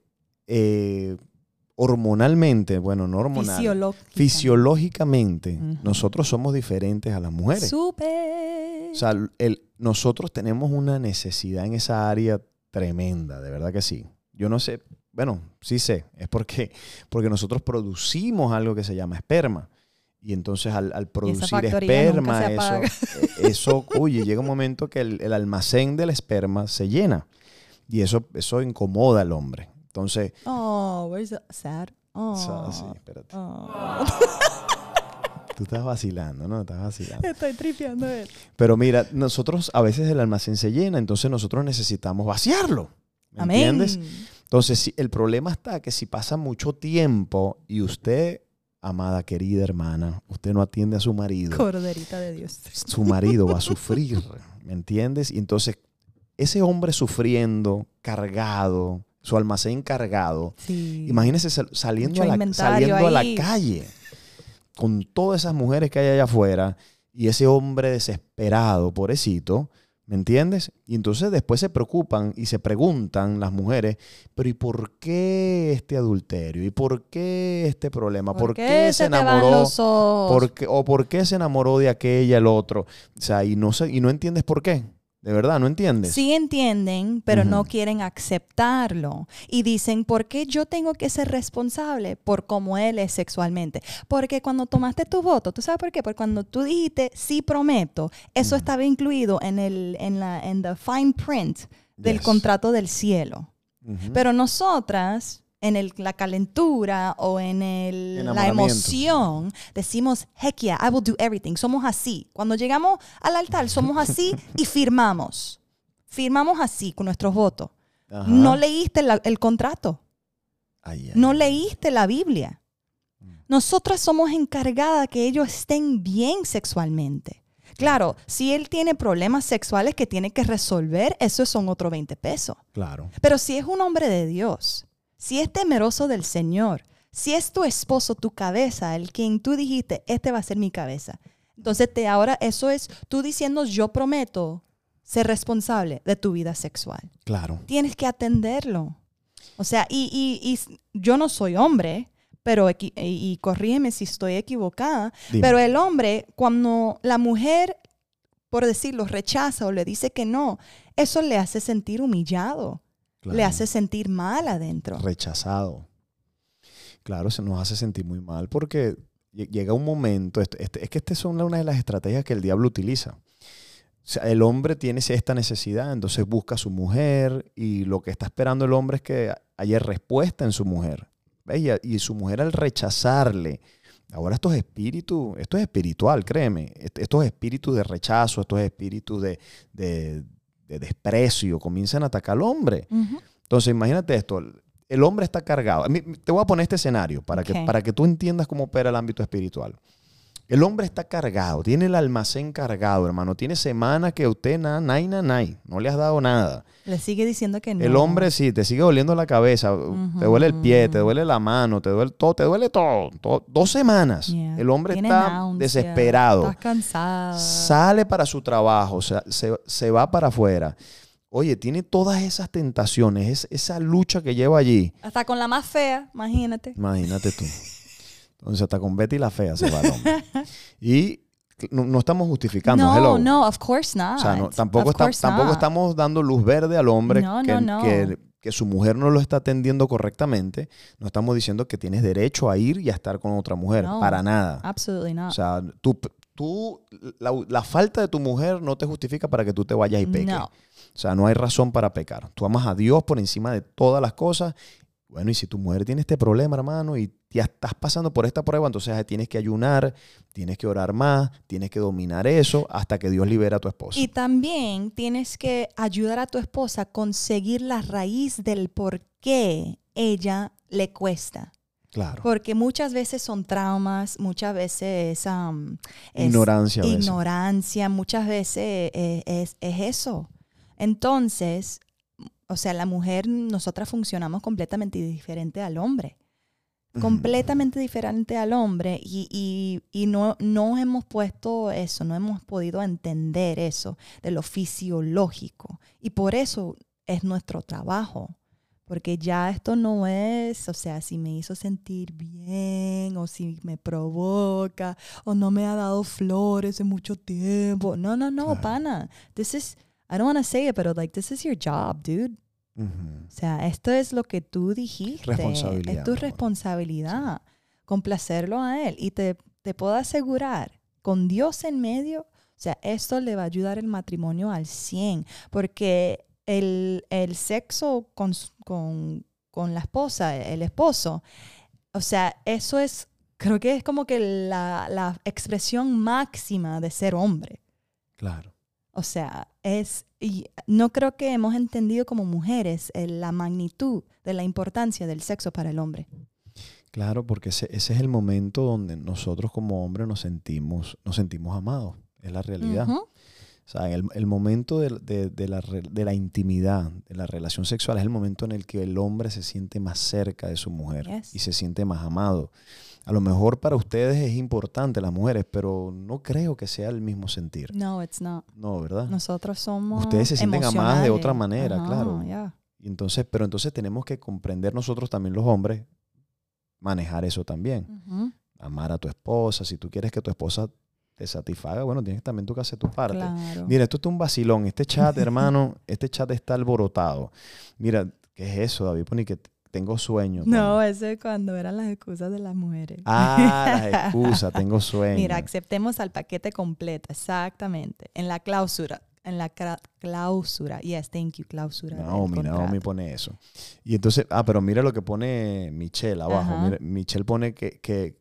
hormonalmente, bueno, no hormonal, fisiológicamente, nosotros somos diferentes a las mujeres. ¡Súper! O sea, nosotros tenemos una necesidad en esa área tremenda, de verdad que sí. Yo no sé, bueno, sí sé, es porque nosotros producimos algo que se llama esperma. Y entonces al producir esperma, eso, oye, llega un momento que el almacén del esperma se llena. Y eso incomoda al hombre. Entonces... Oh, where's the sad? Oh. Sí, espérate. Oh. Tú estás vacilando, ¿no? Estás vacilando. Estoy tripeando él. Pero mira, nosotros a veces el almacén se llena, entonces nosotros necesitamos vaciarlo. ¿Me entiendes? Entonces, el problema está que si pasa mucho tiempo y usted, amada, querida hermana, usted no atiende a su marido. Corderita de Dios. Su marido va a sufrir, ¿me entiendes? Y entonces, ese hombre sufriendo, cargado, su almacén cargado, sí. Imagínese saliendo a la calle con todas esas mujeres que hay allá afuera y ese hombre desesperado, pobrecito, ¿me entiendes? Y entonces después se preocupan y se preguntan las mujeres, pero ¿y por qué este adulterio? ¿Y por qué este problema? ¿Por qué se enamoró? ¿Por qué se enamoró de aquella, el otro? O sea, y no entiendes por qué. ¿De verdad? ¿No entiendes? Sí entienden, pero no quieren aceptarlo. Y dicen, ¿por qué yo tengo que ser responsable por cómo él es sexualmente? Porque cuando tomaste tu voto, ¿tú sabes por qué? Porque cuando tú dijiste, sí prometo, eso estaba incluido en the fine print del contrato del cielo. Pero nosotras... en la calentura o en la emoción, decimos, heck yeah, I will do everything. Somos así. Cuando llegamos al altar, somos así y firmamos. Firmamos así con nuestros votos. Ajá. No leíste el contrato. No leíste la Biblia. Nosotras somos encargadas que ellos estén bien sexualmente. Claro, si él tiene problemas sexuales que tiene que resolver, esos son otros 20 pesos. Claro. Pero si es un hombre de Dios, si es temeroso del Señor, si es tu esposo, tu cabeza, el quien tú dijiste, este va a ser mi cabeza. Entonces ahora eso es tú diciendo, yo prometo ser responsable de tu vida sexual. Claro. Tienes que atenderlo. O sea, y yo no soy hombre, pero y corrígeme si estoy equivocada, pero el hombre, cuando la mujer, por decirlo, rechaza o le dice que no, eso le hace sentir humillado. Claro. Le hace sentir mal adentro. Rechazado. Claro, se nos hace sentir muy mal porque llega un momento, es que estas son una de las estrategias que el diablo utiliza. O sea, el hombre tiene esta necesidad, entonces busca a su mujer y lo que está esperando el hombre es que haya respuesta en su mujer. ¿Ves? Y su mujer al rechazarle, ahora esto es espiritual, créeme, estos espíritus de rechazo, estos espíritus de desprecio, comienzan a atacar al hombre. Entonces, imagínate esto. el hombre está cargado. Te voy a poner este escenario para Ok. para que tú entiendas cómo opera el ámbito espiritual. El hombre está cargado, tiene el almacén cargado, hermano. Tiene semanas que usted no le has dado nada. Le sigue diciendo que no. El hombre sí, te sigue doliendo la cabeza, te duele el pie, te duele la mano, te duele todo. 2 semanas. Yeah. El hombre Tiene está náusea, desesperado. Estás cansado. Sale para su trabajo, o sea, se va para afuera. Oye, tiene todas esas tentaciones, esa lucha que lleva allí. Hasta con la más fea, imagínate. Imagínate tú. Entonces, hasta con Betty la fea se va el hombre. Y no estamos justificando. No, hello. no, of course not. O sea, tampoco Of course not. estamos dando luz verde al hombre No, que, no. que su mujer no lo está atendiendo correctamente. No estamos diciendo que tienes derecho a ir y a estar con otra mujer. No. Para nada. Absolutely not. O sea, la falta de tu mujer no te justifica para que tú te vayas y peques. No. O sea, no hay razón para pecar. Tú amas a Dios por encima de todas las cosas. Bueno, y si tu mujer tiene este problema, hermano, y ya estás pasando por esta prueba, entonces tienes que ayunar, tienes que orar más, tienes que dominar eso hasta que Dios libera a tu esposo. Y también tienes que ayudar a tu esposa a conseguir la raíz del por qué ella le cuesta. Claro. Porque muchas veces son traumas, muchas veces es Ignorancia a veces. ignorancia, muchas veces es eso. Entonces, o sea, la mujer, nosotras funcionamos completamente diferente al hombre. Completamente diferente al hombre y no hemos puesto eso, no hemos podido entender eso de lo fisiológico. Y por eso es nuestro trabajo. Porque ya esto no es, o sea, si me hizo sentir bien o si me provoca o no me ha dado flores en mucho tiempo. No, Claro. pana. This is, I don't want to say it, pero like, this is your job, dude. Ujú. O sea, esto es lo que tú dijiste. Responsabilidad, Es tu mi amor. responsabilidad. Complacerlo a él. Y te puedo asegurar, con Dios en medio, o sea, esto le va a ayudar el matrimonio al 100. Porque el sexo con la esposa, el esposo, o sea, eso es, creo que es como que la expresión máxima de ser hombre. Claro. O sea, y no creo que hemos entendido como mujeres la magnitud de la importancia del sexo para el hombre. Claro, porque ese es el momento donde nosotros como hombres nos sentimos amados. Es la realidad. Ujú. O sea, el momento de la intimidad, de la relación sexual, es el momento en el que el hombre se siente más cerca de su mujer Yes. y se siente más amado. A lo mejor para ustedes es importante las mujeres, pero no creo que sea el mismo sentir. No, it's not. No, ¿verdad? Nosotros somos Ustedes se sienten amadas de otra manera, Ajá, claro. yeah. Y pero entonces tenemos que comprender nosotros también los hombres, manejar eso también. Ujú. Amar a tu esposa. Si tú quieres que tu esposa te satisfaga, bueno, tienes también tú que hacer tu parte. Claro. Mira, esto es un vacilón. Este chat, hermano, este chat está alborotado. Mira, ¿qué es eso, David? Pone que tengo sueño. No, eso es cuando eran las excusas de las mujeres. Ah, las excusas, tengo sueño. Mira, aceptemos al paquete completo, exactamente. En la cláusula. Cláusula. Yes, thank you, cláusula. del Naomi contrato. pone eso. Y entonces, pero mira lo que pone Michelle abajo. Ajá. Mira, Michelle pone que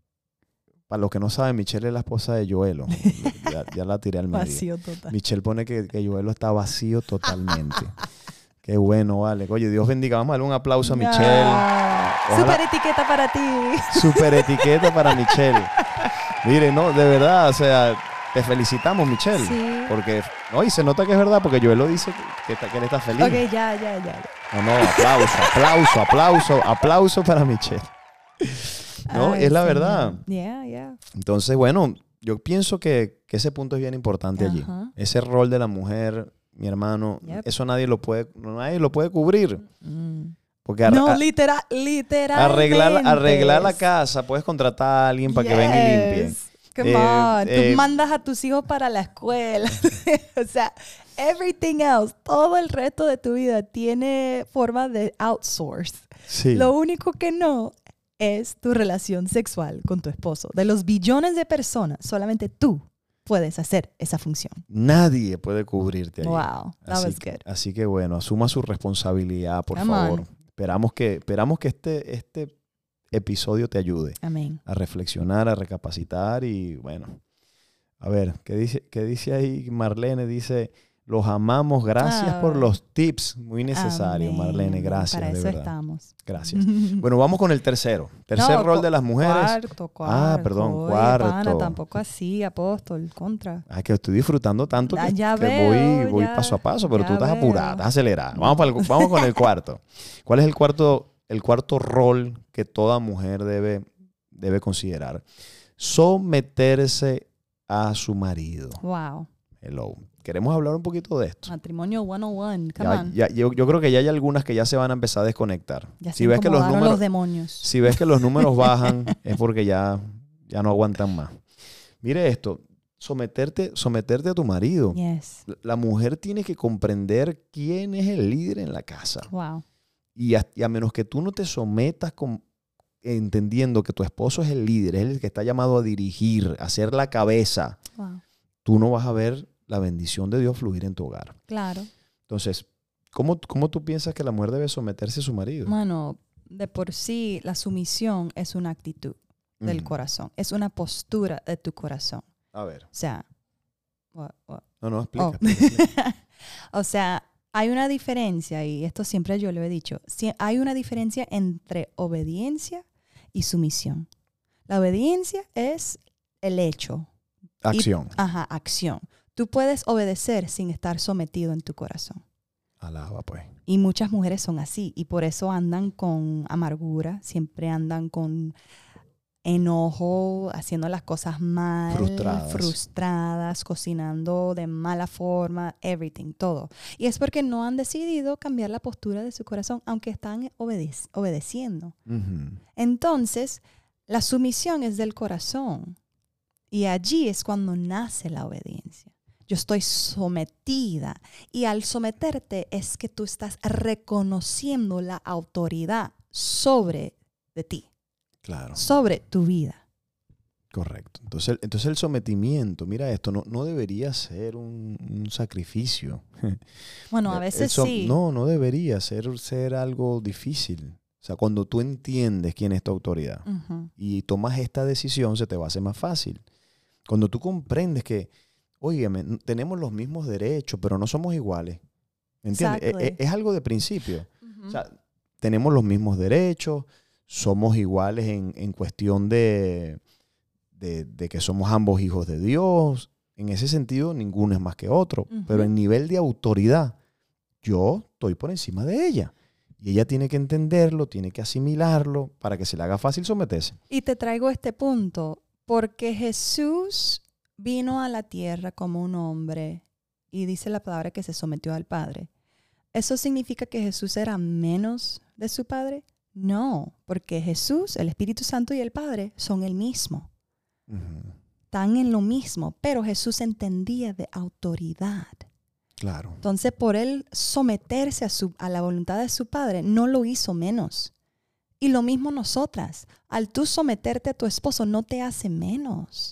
para los que no saben, Michelle es la esposa de Joelo. Ya la tiré al medio. Vacío total. Michelle pone que Joelo está vacío totalmente. Qué bueno, vale. Oye, Dios bendiga. Vamos a darle un aplauso a Michelle. Ojalá- Super etiqueta para ti. Super etiqueta para Michelle. Mire, no, de verdad, o sea, te felicitamos, Michelle. Sí. Porque, no, y se nota que es verdad, porque Joelo dice que él está feliz. Ok, ya. No, aplauso para Michelle. No, Ay, es la sí. verdad. Yeah. Entonces, bueno, yo pienso que ese punto es bien importante allí. Ajá. Ese rol de la mujer, mi hermano, Yep. eso nadie lo puede cubrir. Mm. Porque No, literalmente. arreglar la casa, puedes contratar a alguien para que venga y limpie. Come on. Tú mandas a tus hijos para la escuela. O sea, everything else, todo el resto de tu vida tiene forma de outsource. Sí. Lo único que no es tu relación sexual con tu esposo. De los billones de personas, solamente tú puedes hacer esa función. Nadie puede cubrirte ahí. Wow, that was good. Así que bueno, asuma su responsabilidad, por Come favor. on. Esperamos que este episodio te ayude Amén. a reflexionar, a recapacitar y bueno. A ver, ¿qué dice ahí Marlene? Dice, Los amamos. Gracias por Ay. los tips. Muy necesario, Amén, Marlene. amén. Gracias, Para de eso verdad. estamos. Gracias. Bueno, vamos con el tercero. Tercer No, rol de las mujeres. Cuarto. Perdón, Oye, cuarto. pana, tampoco así, apóstol, contra. Que estoy disfrutando tanto Ah, que, ya que veo, voy ya, paso a paso, pero ya tú estás veo. apurada, estás acelerada. Vamos con el cuarto. ¿Cuál es el cuarto rol que toda mujer debe considerar? Someterse a su marido. Wow. Hello. Queremos hablar un poquito de esto. Matrimonio 101. Come on. Yo creo que ya hay algunas que ya se van a empezar a desconectar. Ya Si se ves que los incomodaron números, los demonios. si ves que los números bajan, es porque ya no aguantan más. Mire esto, someterte a tu marido. Yes. La mujer tiene que comprender quién es el líder en la casa. Wow. Y a menos que tú no te sometas entendiendo que tu esposo es el líder, es el que está llamado a dirigir, a ser la cabeza, Wow. tú no vas a ver la bendición de Dios fluir en tu hogar. Claro. Entonces, ¿cómo tú piensas que la mujer debe someterse a su marido? Bueno, de por sí la sumisión es una actitud del corazón. Es una postura de tu corazón. A ver. O sea, what? No, explica. Oh. explica. O sea, hay una diferencia, y esto siempre yo lo he dicho, hay una diferencia entre obediencia y sumisión. La obediencia es el hecho. Acción. Acción. Tú puedes obedecer sin estar sometido en tu corazón. Alaba, pues. Y muchas mujeres son así, y por eso andan con amargura, siempre andan con enojo, haciendo las cosas mal, frustradas, cocinando de mala forma, everything, todo. Y es porque no han decidido cambiar la postura de su corazón, aunque están obedeciendo. Uh-huh. Entonces, la sumisión es del corazón, y allí es cuando nace la obediencia. Yo estoy sometida, y al someterte es que tú estás reconociendo la autoridad sobre de ti. Claro. Sobre tu vida. Correcto. Entonces el sometimiento, mira esto, no debería ser un sacrificio. Bueno, a veces sí. No debería ser algo difícil. O sea, cuando tú entiendes quién es tu autoridad y tomas esta decisión, se te va a hacer más fácil. Cuando tú comprendes que, óyeme, tenemos los mismos derechos, pero no somos iguales. ¿Entiendes? Exactly. Es algo de principio. O sea, tenemos los mismos derechos, somos iguales en cuestión de que somos ambos hijos de Dios. En ese sentido, ninguno es más que otro. Pero en nivel de autoridad, yo estoy por encima de ella. Y ella tiene que entenderlo, tiene que asimilarlo para que se le haga fácil someterse. Y te traigo este punto, porque Jesús vino a la tierra como un hombre y dice la palabra que se sometió al Padre. ¿Eso significa que Jesús era menos de su Padre? No, porque Jesús, el Espíritu Santo y el Padre son el mismo. Están en lo mismo, pero Jesús entendía de autoridad. Claro. Entonces, por él someterse a la voluntad de su Padre, no lo hizo menos. Y lo mismo nosotras. Al tú someterte a tu esposo, no te hace menos.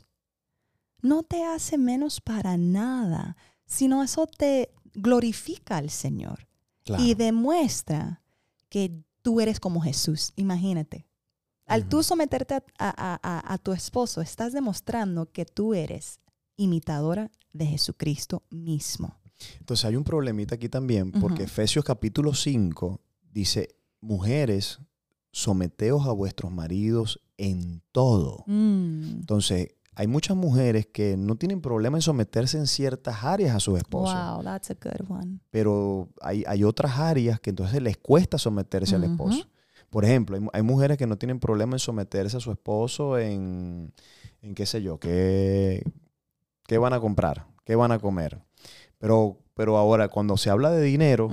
No te hace menos para nada, sino eso te glorifica al Señor. Claro. Y demuestra que tú eres como Jesús. Imagínate. Al tú someterte a tu esposo, estás demostrando que tú eres imitadora de Jesucristo mismo. Entonces hay un problemita aquí también, porque Efesios capítulo 5 dice, mujeres, someteos a vuestros maridos en todo. Entonces, hay muchas mujeres que no tienen problema en someterse en ciertas áreas a sus esposos. Wow, that's a good one. Pero hay otras áreas que entonces les cuesta someterse al esposo. Por ejemplo, hay mujeres que no tienen problema en someterse a su esposo en qué sé yo, qué van a comprar, qué van a comer. Pero ahora, cuando se habla de dinero,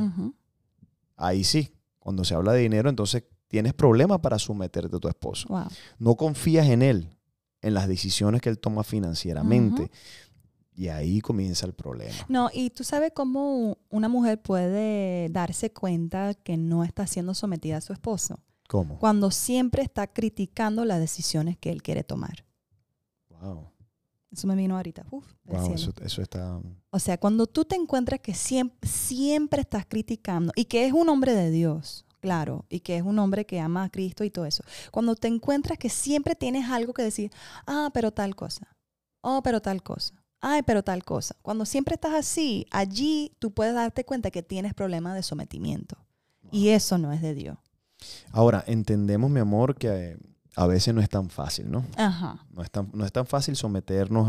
ahí sí. Cuando se habla de dinero, entonces tienes problemas para someterte a tu esposo. Wow. No confías en él, en las decisiones que él toma financieramente. Y ahí comienza el problema. No, y tú sabes cómo una mujer puede darse cuenta que no está siendo sometida a su esposo. ¿Cómo? Cuando siempre está criticando las decisiones que él quiere tomar. Wow. Eso me vino ahorita. Wow, eso está... O sea, cuando tú te encuentras que siempre estás criticando y que es un hombre de Dios, claro, y que es un hombre que ama a Cristo y todo eso. Cuando te encuentras que siempre tienes algo que decir, pero tal cosa, pero tal cosa. Ay, pero tal cosa. Cuando siempre estás así, allí tú puedes darte cuenta que tienes problemas de sometimiento. Y eso no es de Dios. Ahora, entendemos, mi amor, que a veces no es tan fácil, ¿no? Ajá. No es tan fácil someternos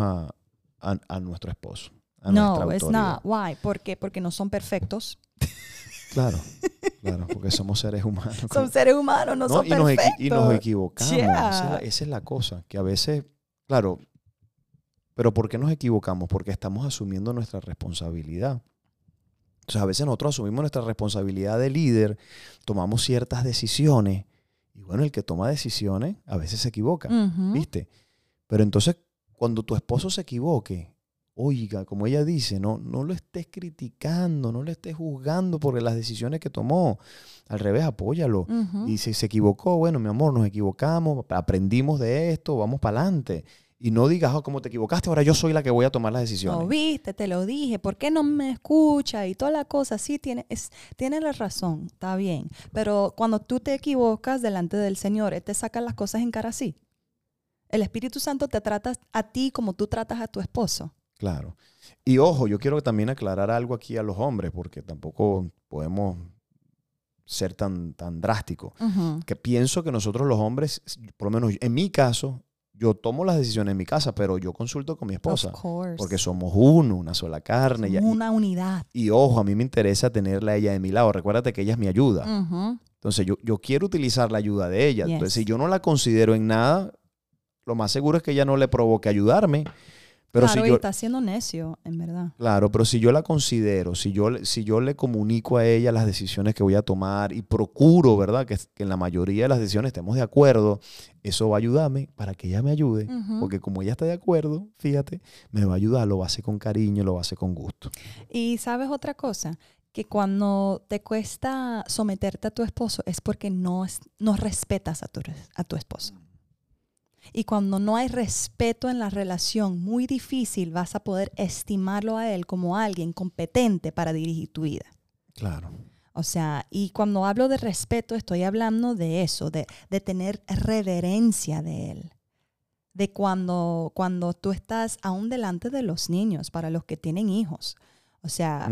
a nuestro esposo, a nuestra No, it's autoridad. not. Why? ¿Por qué? Porque no son perfectos. Claro, porque somos seres humanos. Son seres humanos, no son perfectos. Y nos equivocamos. Yeah. Esa es la cosa, que a veces, claro, pero ¿por qué nos equivocamos? Porque estamos asumiendo nuestra responsabilidad. Entonces, a veces nosotros asumimos nuestra responsabilidad de líder, tomamos ciertas decisiones, y bueno, el que toma decisiones a veces se equivoca, Ujú. ¿viste? Pero entonces, cuando tu esposo se equivoque, oiga, como ella dice, no lo estés criticando, no lo estés juzgando por las decisiones que tomó. Al revés, apóyalo. Ujú. Y si se equivocó, bueno, mi amor, nos equivocamos, aprendimos de esto, vamos para adelante. Y no digas, como te equivocaste, ahora yo soy la que voy a tomar las decisiones. No, viste, te lo dije, ¿por qué no me escucha? Y toda la cosa, sí, tiene la razón, está bien. Pero cuando tú te equivocas delante del Señor, Él te saca las cosas en cara así. El Espíritu Santo te trata a ti como tú tratas a tu esposo. Claro. Y ojo, yo quiero también aclarar algo aquí a los hombres, porque tampoco podemos ser tan drásticos. Ujú. Que pienso que nosotros los hombres, por lo menos en mi caso, yo tomo las decisiones en mi casa, pero yo consulto con mi esposa. Of course. Porque somos uno, una sola carne. Somos una unidad. Y ojo, a mí me interesa tenerla a ella de mi lado. Recuérdate que ella es mi ayuda. Ujú. Entonces yo quiero utilizar la ayuda de ella. Yes. Entonces si yo no la considero en nada, lo más seguro es que ella no le provoque ayudarme. Pero Claro, si y yo, está siendo necio, en verdad. claro, pero si yo la considero, si yo le comunico a ella las decisiones que voy a tomar y procuro, ¿verdad? Que en la mayoría de las decisiones estemos de acuerdo, eso va a ayudarme para que ella me ayude. Ujú. Porque como ella está de acuerdo, fíjate, me va a ayudar, lo va a hacer con cariño, lo va a hacer con gusto. Y sabes otra cosa, que cuando te cuesta someterte a tu esposo es porque no respetas a tu esposo. Y cuando no hay respeto en la relación, muy difícil vas a poder estimarlo a él como alguien competente para dirigir tu vida. Claro. O sea, y cuando hablo de respeto, estoy hablando de eso, de tener reverencia de él. De cuando tú estás aún delante de los niños, para los que tienen hijos. O sea,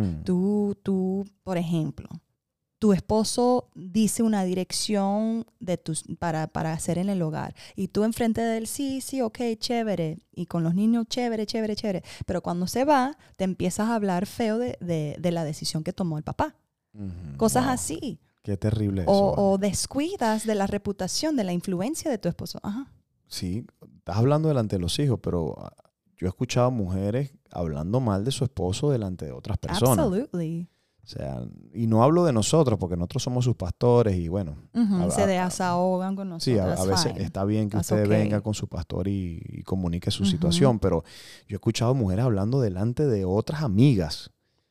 tú, por ejemplo, tu esposo dice una dirección para hacer en el hogar. Y tú enfrente de él, sí, ok, chévere. Y con los niños, chévere. Pero cuando se va, te empiezas a hablar feo de la decisión que tomó el papá. Cosas así. Qué terrible eso. O descuidas de la reputación, de la influencia de tu esposo. Ajá. Sí, estás hablando delante de los hijos, pero yo he escuchado mujeres hablando mal de su esposo delante de otras personas. Absolutely. O sea, y no hablo de nosotros, porque nosotros somos sus pastores y bueno. Se desahogan con nosotros. Sí, a veces fine. está bien que That's usted okay. venga con su pastor y comunique su situación, pero yo he escuchado mujeres hablando delante de otras amigas,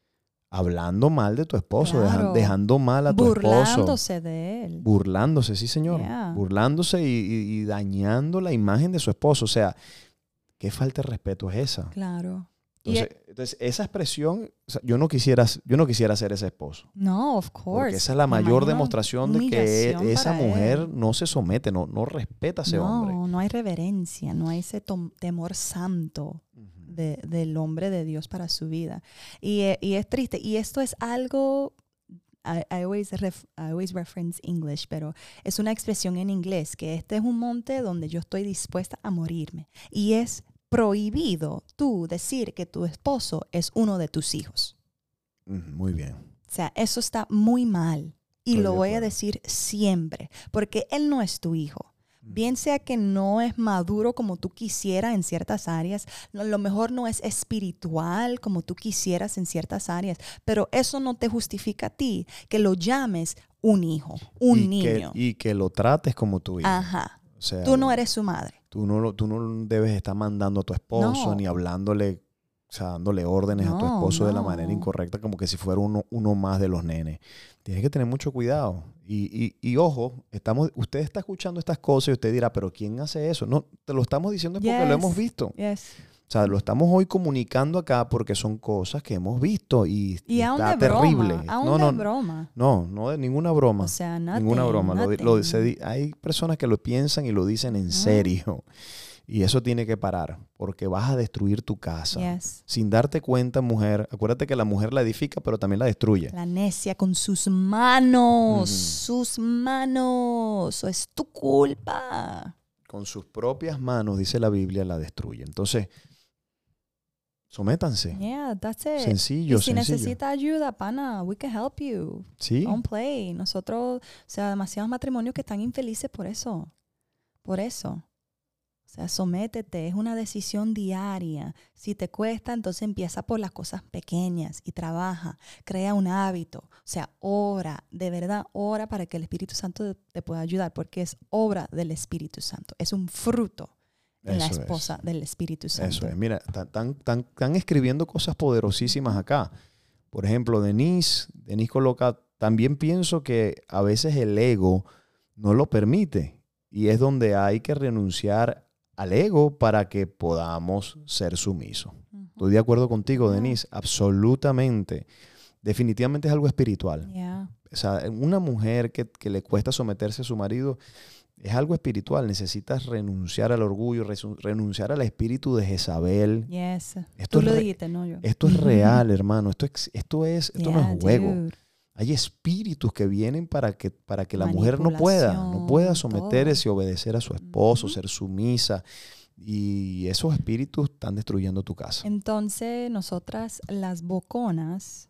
hablando mal de tu esposo, Claro. dejando mal a tu esposo. Burlándose de él. Burlándose, sí, señor. Yeah. Burlándose y dañando la imagen de su esposo. O sea, ¿qué falta de respeto es esa? Claro. Entonces, esa expresión, o sea, yo no quisiera ser ese esposo. No, of course. Porque esa es la Me mayor imagino demostración de que humillación esa para mujer él. no se somete, no respeta a ese hombre. No hay reverencia, no hay ese temor santo del hombre de Dios para su vida. Y es triste. Y esto es algo, I always reference English, pero es una expresión en inglés, que este es un monte donde yo estoy dispuesta a morirme. Y es prohibido tú decir que tu esposo es uno de tus hijos. Muy bien. O sea, eso está muy mal. Y Estoy lo de voy a acuerdo. decir siempre, porque él no es tu hijo. Bien sea que no es maduro como tú quisieras en ciertas áreas, a lo mejor no es espiritual como tú quisieras en ciertas áreas, pero eso no te justifica a ti que lo llames un hijo, un niño. Y que lo trates como tu hijo. Ajá. O sea, Tú no eres su madre. tú no debes estar mandando a tu esposo No. ni hablándole, o sea, dándole órdenes a tu esposo de la manera No. incorrecta, como que si fuera uno más de los nenes. Tienes que tener mucho cuidado. Y ojo, usted está escuchando estas cosas y usted dirá, pero ¿quién hace eso? No, te lo estamos diciendo es porque lo hemos visto. Yes. O sea, lo estamos hoy comunicando acá porque son cosas que hemos visto y aún está de terrible. broma, aún de broma. No de ninguna broma. O sea, Ninguna broma. nothing. Hay personas que lo piensan y lo dicen en serio. Y eso tiene que parar, porque vas a destruir tu casa. Yes. Sin darte cuenta, mujer. Acuérdate que la mujer la edifica, pero también la destruye. La necia con sus manos, Ujú. sus manos. Es tu culpa. Con sus propias manos, dice la Biblia, la destruye. Entonces, sométanse. Yeah, that's it. Sencillo, Y si sencillo. necesita ayuda, pana, we can help you. Sí, Don't play. Nosotros, o sea, demasiados matrimonios que están infelices por eso. Por eso. O sea, sométete. Es una decisión diaria. Si te cuesta, entonces empieza por las cosas pequeñas y trabaja. Crea un hábito. O sea, ora. De verdad, ora para que el Espíritu Santo te pueda ayudar. Porque es obra del Espíritu Santo. Es un fruto de la Eso esposa del Espíritu Santo. eso es. Mira, están escribiendo cosas poderosísimas acá. Por ejemplo, Denise coloca, también pienso que a veces el ego no lo permite. Y es donde hay que renunciar al ego para que podamos ser sumisos. Estoy de acuerdo contigo, Denise, absolutamente. Definitivamente es algo espiritual. Yeah. O sea, una mujer que le cuesta someterse a su marido es algo espiritual. Necesitas renunciar al orgullo, renunciar al espíritu de Jezabel. Yes. Esto Tú lo es dijiste, no yo. Esto es real, hermano. Esto no es juego. Dude. Hay espíritus que vienen para que la mujer no pueda someterse, obedecer a su esposo, ser sumisa. Y esos espíritus están destruyendo tu casa. Entonces, nosotras las boconas,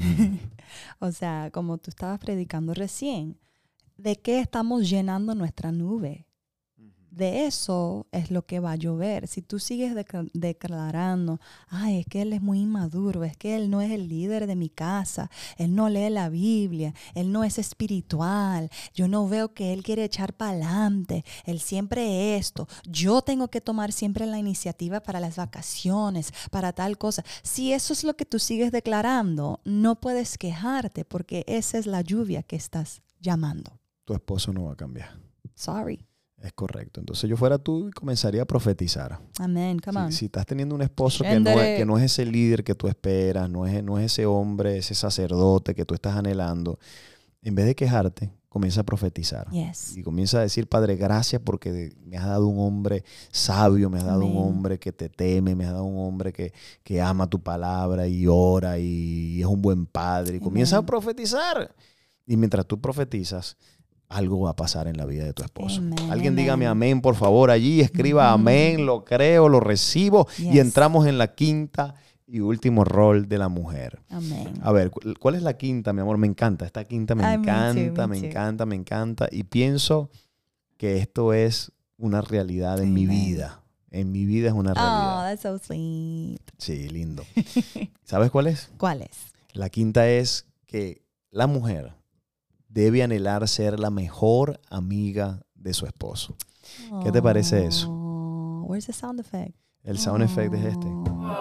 o sea, como tú estabas predicando recién, ¿de qué estamos llenando nuestra nube? De eso es lo que va a llover. Si tú sigues declarando, ay, es que él es muy inmaduro, es que él no es el líder de mi casa, él no lee la Biblia, él no es espiritual, yo no veo que él quiere echar para adelante, él siempre esto, yo tengo que tomar siempre la iniciativa para las vacaciones, para tal cosa. Si eso es lo que tú sigues declarando, no puedes quejarte porque esa es la lluvia que estás llamando. Tu esposo no va a cambiar. Sorry. Es correcto. Entonces yo fuera tú y comenzaría a profetizar. Amén, come on. Si estás teniendo un esposo que no es ese líder que tú esperas, no es ese hombre, ese sacerdote que tú estás anhelando, en vez de quejarte, comienza a profetizar. Yes. Y comienza a decir, Padre, gracias porque me has dado un hombre sabio, me has dado un hombre que te teme, me has dado un hombre que ama tu palabra y ora y es un buen padre. Y comienza a profetizar. Y mientras tú profetizas, algo va a pasar en la vida de tu esposo. Alguien dígame amén, por favor, allí. Escriba amén, lo creo, lo recibo. Y entramos en la quinta y último rol de la mujer. Amén. A ver, ¿cuál es la quinta, mi amor? Me encanta. Esta quinta me encanta. Y pienso que esto es una realidad en mi vida. En mi vida es una realidad. Oh, that's so sweet. Sí, lindo. ¿Sabes cuál es? ¿Cuál es? La quinta es que la mujer debe anhelar ser la mejor amiga de su esposo. ¿Qué te parece eso? Where's the sound effect? El sound effect es este.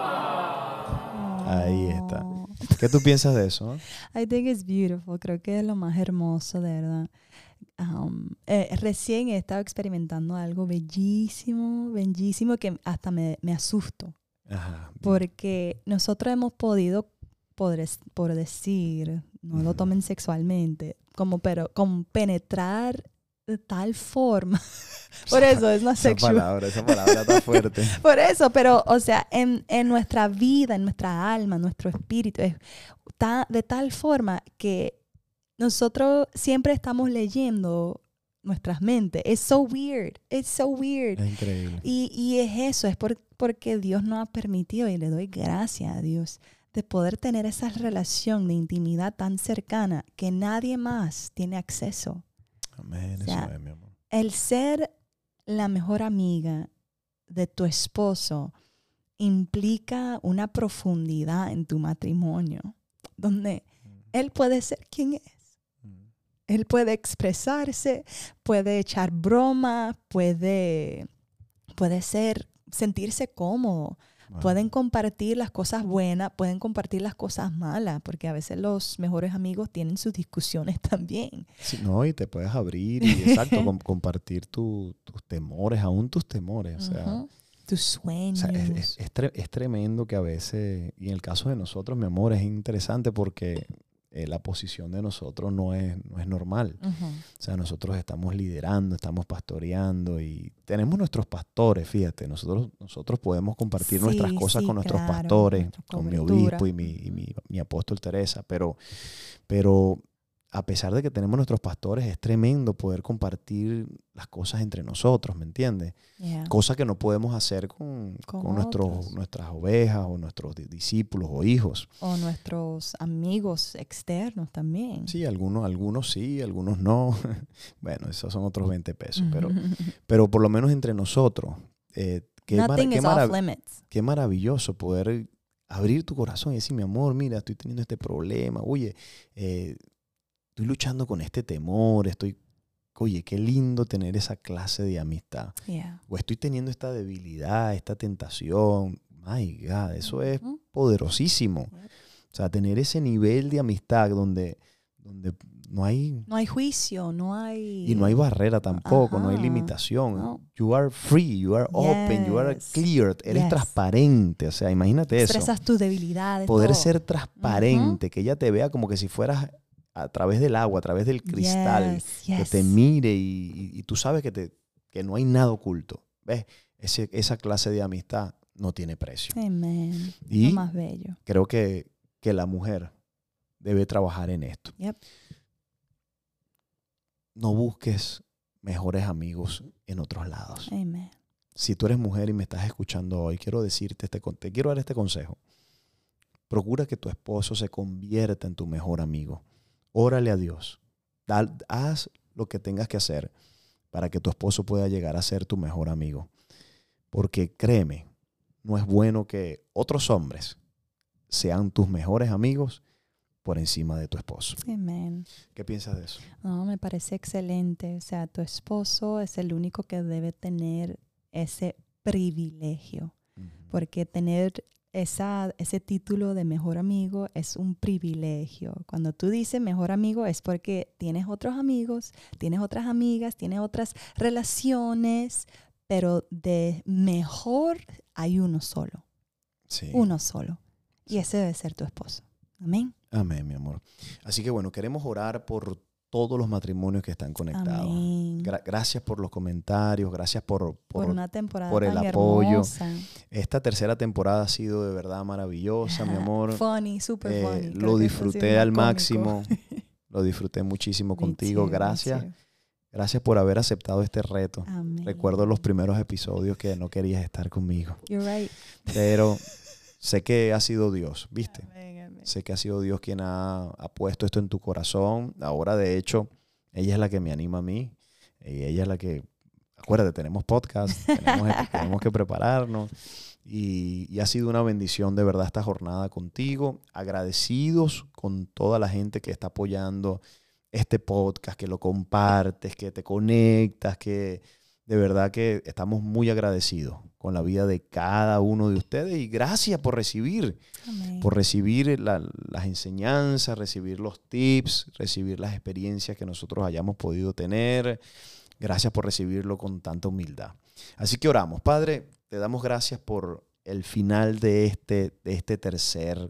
Ahí está. ¿Qué tú piensas de eso? I think it's beautiful. Creo que es lo más hermoso, de verdad. Recién he estado experimentando algo bellísimo, bellísimo, que hasta me asusto. Ajá. Porque nosotros hemos podido, por decir, no lo tomen sexualmente, pero como penetrar de tal forma. Por eso es no sexual. Esa palabra está fuerte. Por eso, pero, o sea, en nuestra vida, en nuestra alma, nuestro espíritu, está de tal forma que nosotros siempre estamos leyendo nuestras mentes. It's so weird. It's so weird. Es increíble. Y es eso, es porque Dios nos ha permitido, y le doy gracias a Dios, de poder tener esa relación de intimidad tan cercana que nadie más tiene acceso. Amén, O sea, eso es, mi amor. El ser la mejor amiga de tu esposo implica una profundidad en tu matrimonio, donde él puede ser quien es. Él puede expresarse, puede echar broma, puede sentirse cómodo. Wow. Pueden compartir las cosas buenas, pueden compartir las cosas malas, porque a veces los mejores amigos tienen sus discusiones también. Sí, no, y te puedes abrir y, exacto, compartir tus temores, aún tus temores. O sea, tus sueños. O sea, es tremendo que a veces, y en el caso de nosotros, mi amor, es interesante porque la posición de nosotros no es normal. Ujú. O sea, nosotros estamos liderando, estamos pastoreando y tenemos nuestros pastores, fíjate. Nosotros podemos compartir nuestras Sí, cosas sí, con nuestros claro, pastores, nuestra con mi cobertura. obispo y mi apóstol Teresa, pero a pesar de que tenemos nuestros pastores, es tremendo poder compartir las cosas entre nosotros, ¿me entiendes? Yeah. Cosa que no podemos hacer con Otros. nuestras ovejas o nuestros discípulos o hijos. O nuestros amigos externos también. Sí, algunos sí, algunos no. Bueno, esos son otros 20 pesos, pero por lo menos entre nosotros, Nothing is off limits. qué maravilloso poder abrir tu corazón y decir, mi amor, mira, estoy teniendo este problema, oye, estoy luchando con este temor, oye, qué lindo tener esa clase de amistad. Yeah. O estoy teniendo esta debilidad, esta tentación. My God, eso es Ujú. poderosísimo. Yep. O sea, tener ese nivel de amistad donde no hay... No hay juicio, no hay... Y no hay barrera tampoco, no hay Ajá. limitación. No. You are free, you are open, you are Yes. clear, eres Yes. transparente. O sea, imagínate eso. Expresas tus debilidades. Poder todo. ser transparente, que ella te vea como que si fueras a través del agua, a través del cristal, Yes, que yes. te mire y tú sabes que no hay nada oculto. ¿Ves? Esa clase de amistad no tiene precio. Amen. Y Lo más bello. creo que la mujer debe trabajar en esto. Yep. No busques mejores amigos en otros lados. Amen. Si tú eres mujer y me estás escuchando hoy, quiero decirte te quiero dar este consejo. Procura que tu esposo se convierta en tu mejor amigo. Órale a Dios. Haz lo que tengas que hacer para que tu esposo pueda llegar a ser tu mejor amigo. Porque créeme, no es bueno que otros hombres sean tus mejores amigos por encima de tu esposo. Amen. ¿Qué piensas de eso? No, me parece excelente. O sea, tu esposo es el único que debe tener ese privilegio. Porque tener ese título de mejor amigo es un privilegio. Cuando tú dices mejor amigo es porque tienes otros amigos, tienes otras amigas, tienes otras relaciones, pero de mejor hay uno solo. Sí. Uno solo. Y ese debe ser tu esposo. Amén. Amén, mi amor. Así que bueno, queremos orar por todos los matrimonios que están conectados. Amén. Gracias por los comentarios, gracias por una temporada por el tan apoyo. hermosa. Esta tercera temporada ha sido de verdad maravillosa, mi amor. Funny, super funny. Creo Lo que disfruté ha sido al más máximo. cómico. Lo disfruté muchísimo Me contigo. too, me Gracias. too. Gracias por haber aceptado este reto. Amén. Recuerdo los primeros episodios que no querías estar conmigo. You're right. Pero sé que ha sido Dios, ¿viste? Amén, amén. Sé que ha sido Dios quien ha puesto esto en tu corazón. Ahora, de hecho, ella es la que me anima a mí. Y ella es la que... Acuérdate, tenemos podcast, tenemos que prepararnos. Y ha sido una bendición de verdad esta jornada contigo. Agradecidos con toda la gente que está apoyando este podcast, que lo compartes, que te conectas, que de verdad que estamos muy agradecidos con la vida de cada uno de ustedes. Y gracias por recibir. Amén. Por recibir las enseñanzas, recibir los tips, recibir las experiencias que nosotros hayamos podido tener. Gracias por recibirlo con tanta humildad. Así que oramos. Padre, te damos gracias por el final de este tercer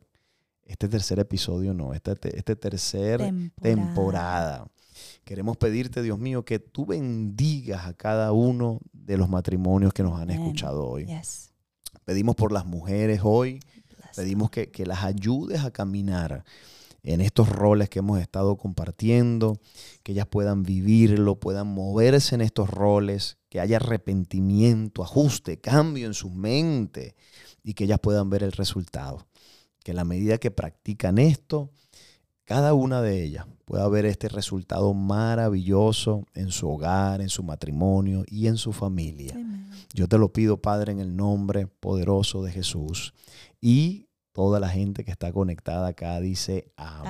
episodio, no, esta tercera temporada. Queremos pedirte, Dios mío, que tú bendigas a cada uno de los matrimonios que nos han escuchado hoy. Yes. Pedimos por las mujeres hoy. Bless Pedimos que las ayudes a caminar en estos roles que hemos estado compartiendo, que ellas puedan vivirlo, puedan moverse en estos roles, que haya arrepentimiento, ajuste, cambio en su mente y que ellas puedan ver el resultado. Que a la medida que practican esto, cada una de ellas pueda ver este resultado maravilloso en su hogar, en su matrimonio y en su familia. Amen. Yo te lo pido, Padre, en el nombre poderoso de Jesús. Y toda la gente que está conectada acá dice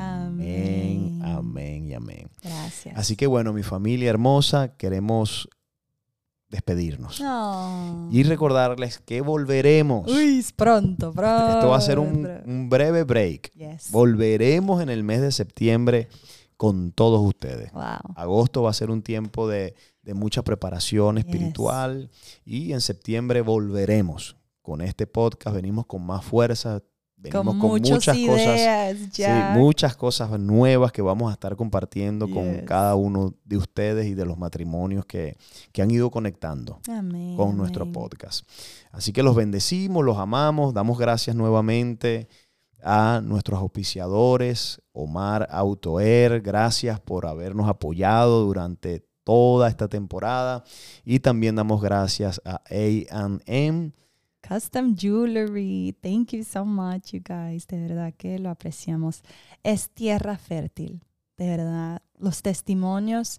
amén, Amén. amén y amén. Gracias. Así que bueno, mi familia hermosa, queremos despedirnos. No. Y recordarles que volveremos. Uy, pronto. Esto va a ser un breve break. Yes. Volveremos en el mes de septiembre con todos ustedes. Wow. Agosto va a ser un tiempo de mucha preparación Yes. espiritual y en septiembre volveremos con este podcast. Venimos con más fuerza, venimos con muchas ideas, cosas, Jack. sí, muchas cosas nuevas que vamos a estar compartiendo con Yes. cada uno de ustedes y de los matrimonios que han ido conectando Amén, con nuestro amén. podcast. Así que los bendecimos, los amamos, damos gracias nuevamente a nuestros auspiciadores, Omar Auto Air, gracias por habernos apoyado durante toda esta temporada, y también damos gracias a A&M. Custom Jewelry. Thank you so much, you guys. De verdad que lo apreciamos. Es tierra fértil. De verdad. Los testimonios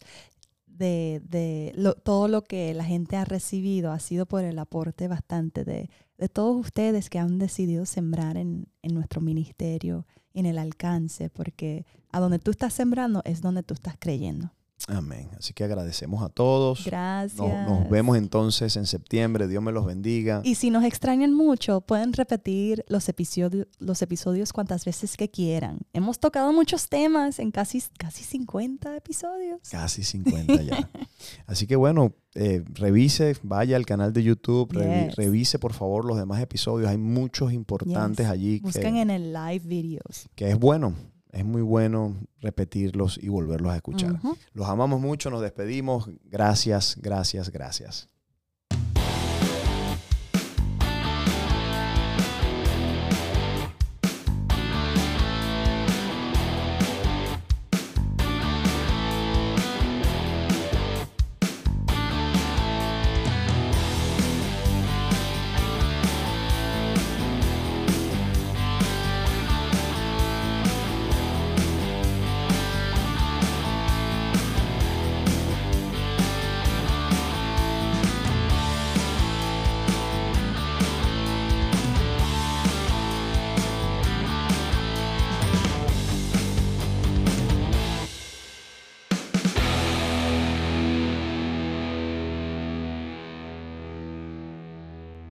todo lo que la gente ha recibido ha sido por el aporte bastante de todos ustedes que han decidido sembrar en nuestro ministerio, en el alcance, porque a donde tú estás sembrando es donde tú estás creyendo. Amén. Así que agradecemos a todos. Gracias. Nos vemos entonces en septiembre. Dios me los bendiga. Y si nos extrañan mucho, pueden repetir los episodios cuantas veces que quieran. Hemos tocado muchos temas en casi 50 episodios. Casi 50 ya. Así que bueno, revise, vaya al canal de YouTube, Yes. revise por favor los demás episodios. Hay muchos importantes Yes. allí Busquen en el live videos. que es bueno. Es muy bueno repetirlos y volverlos a escuchar. Ujú. Los amamos mucho, nos despedimos. Gracias, gracias, gracias.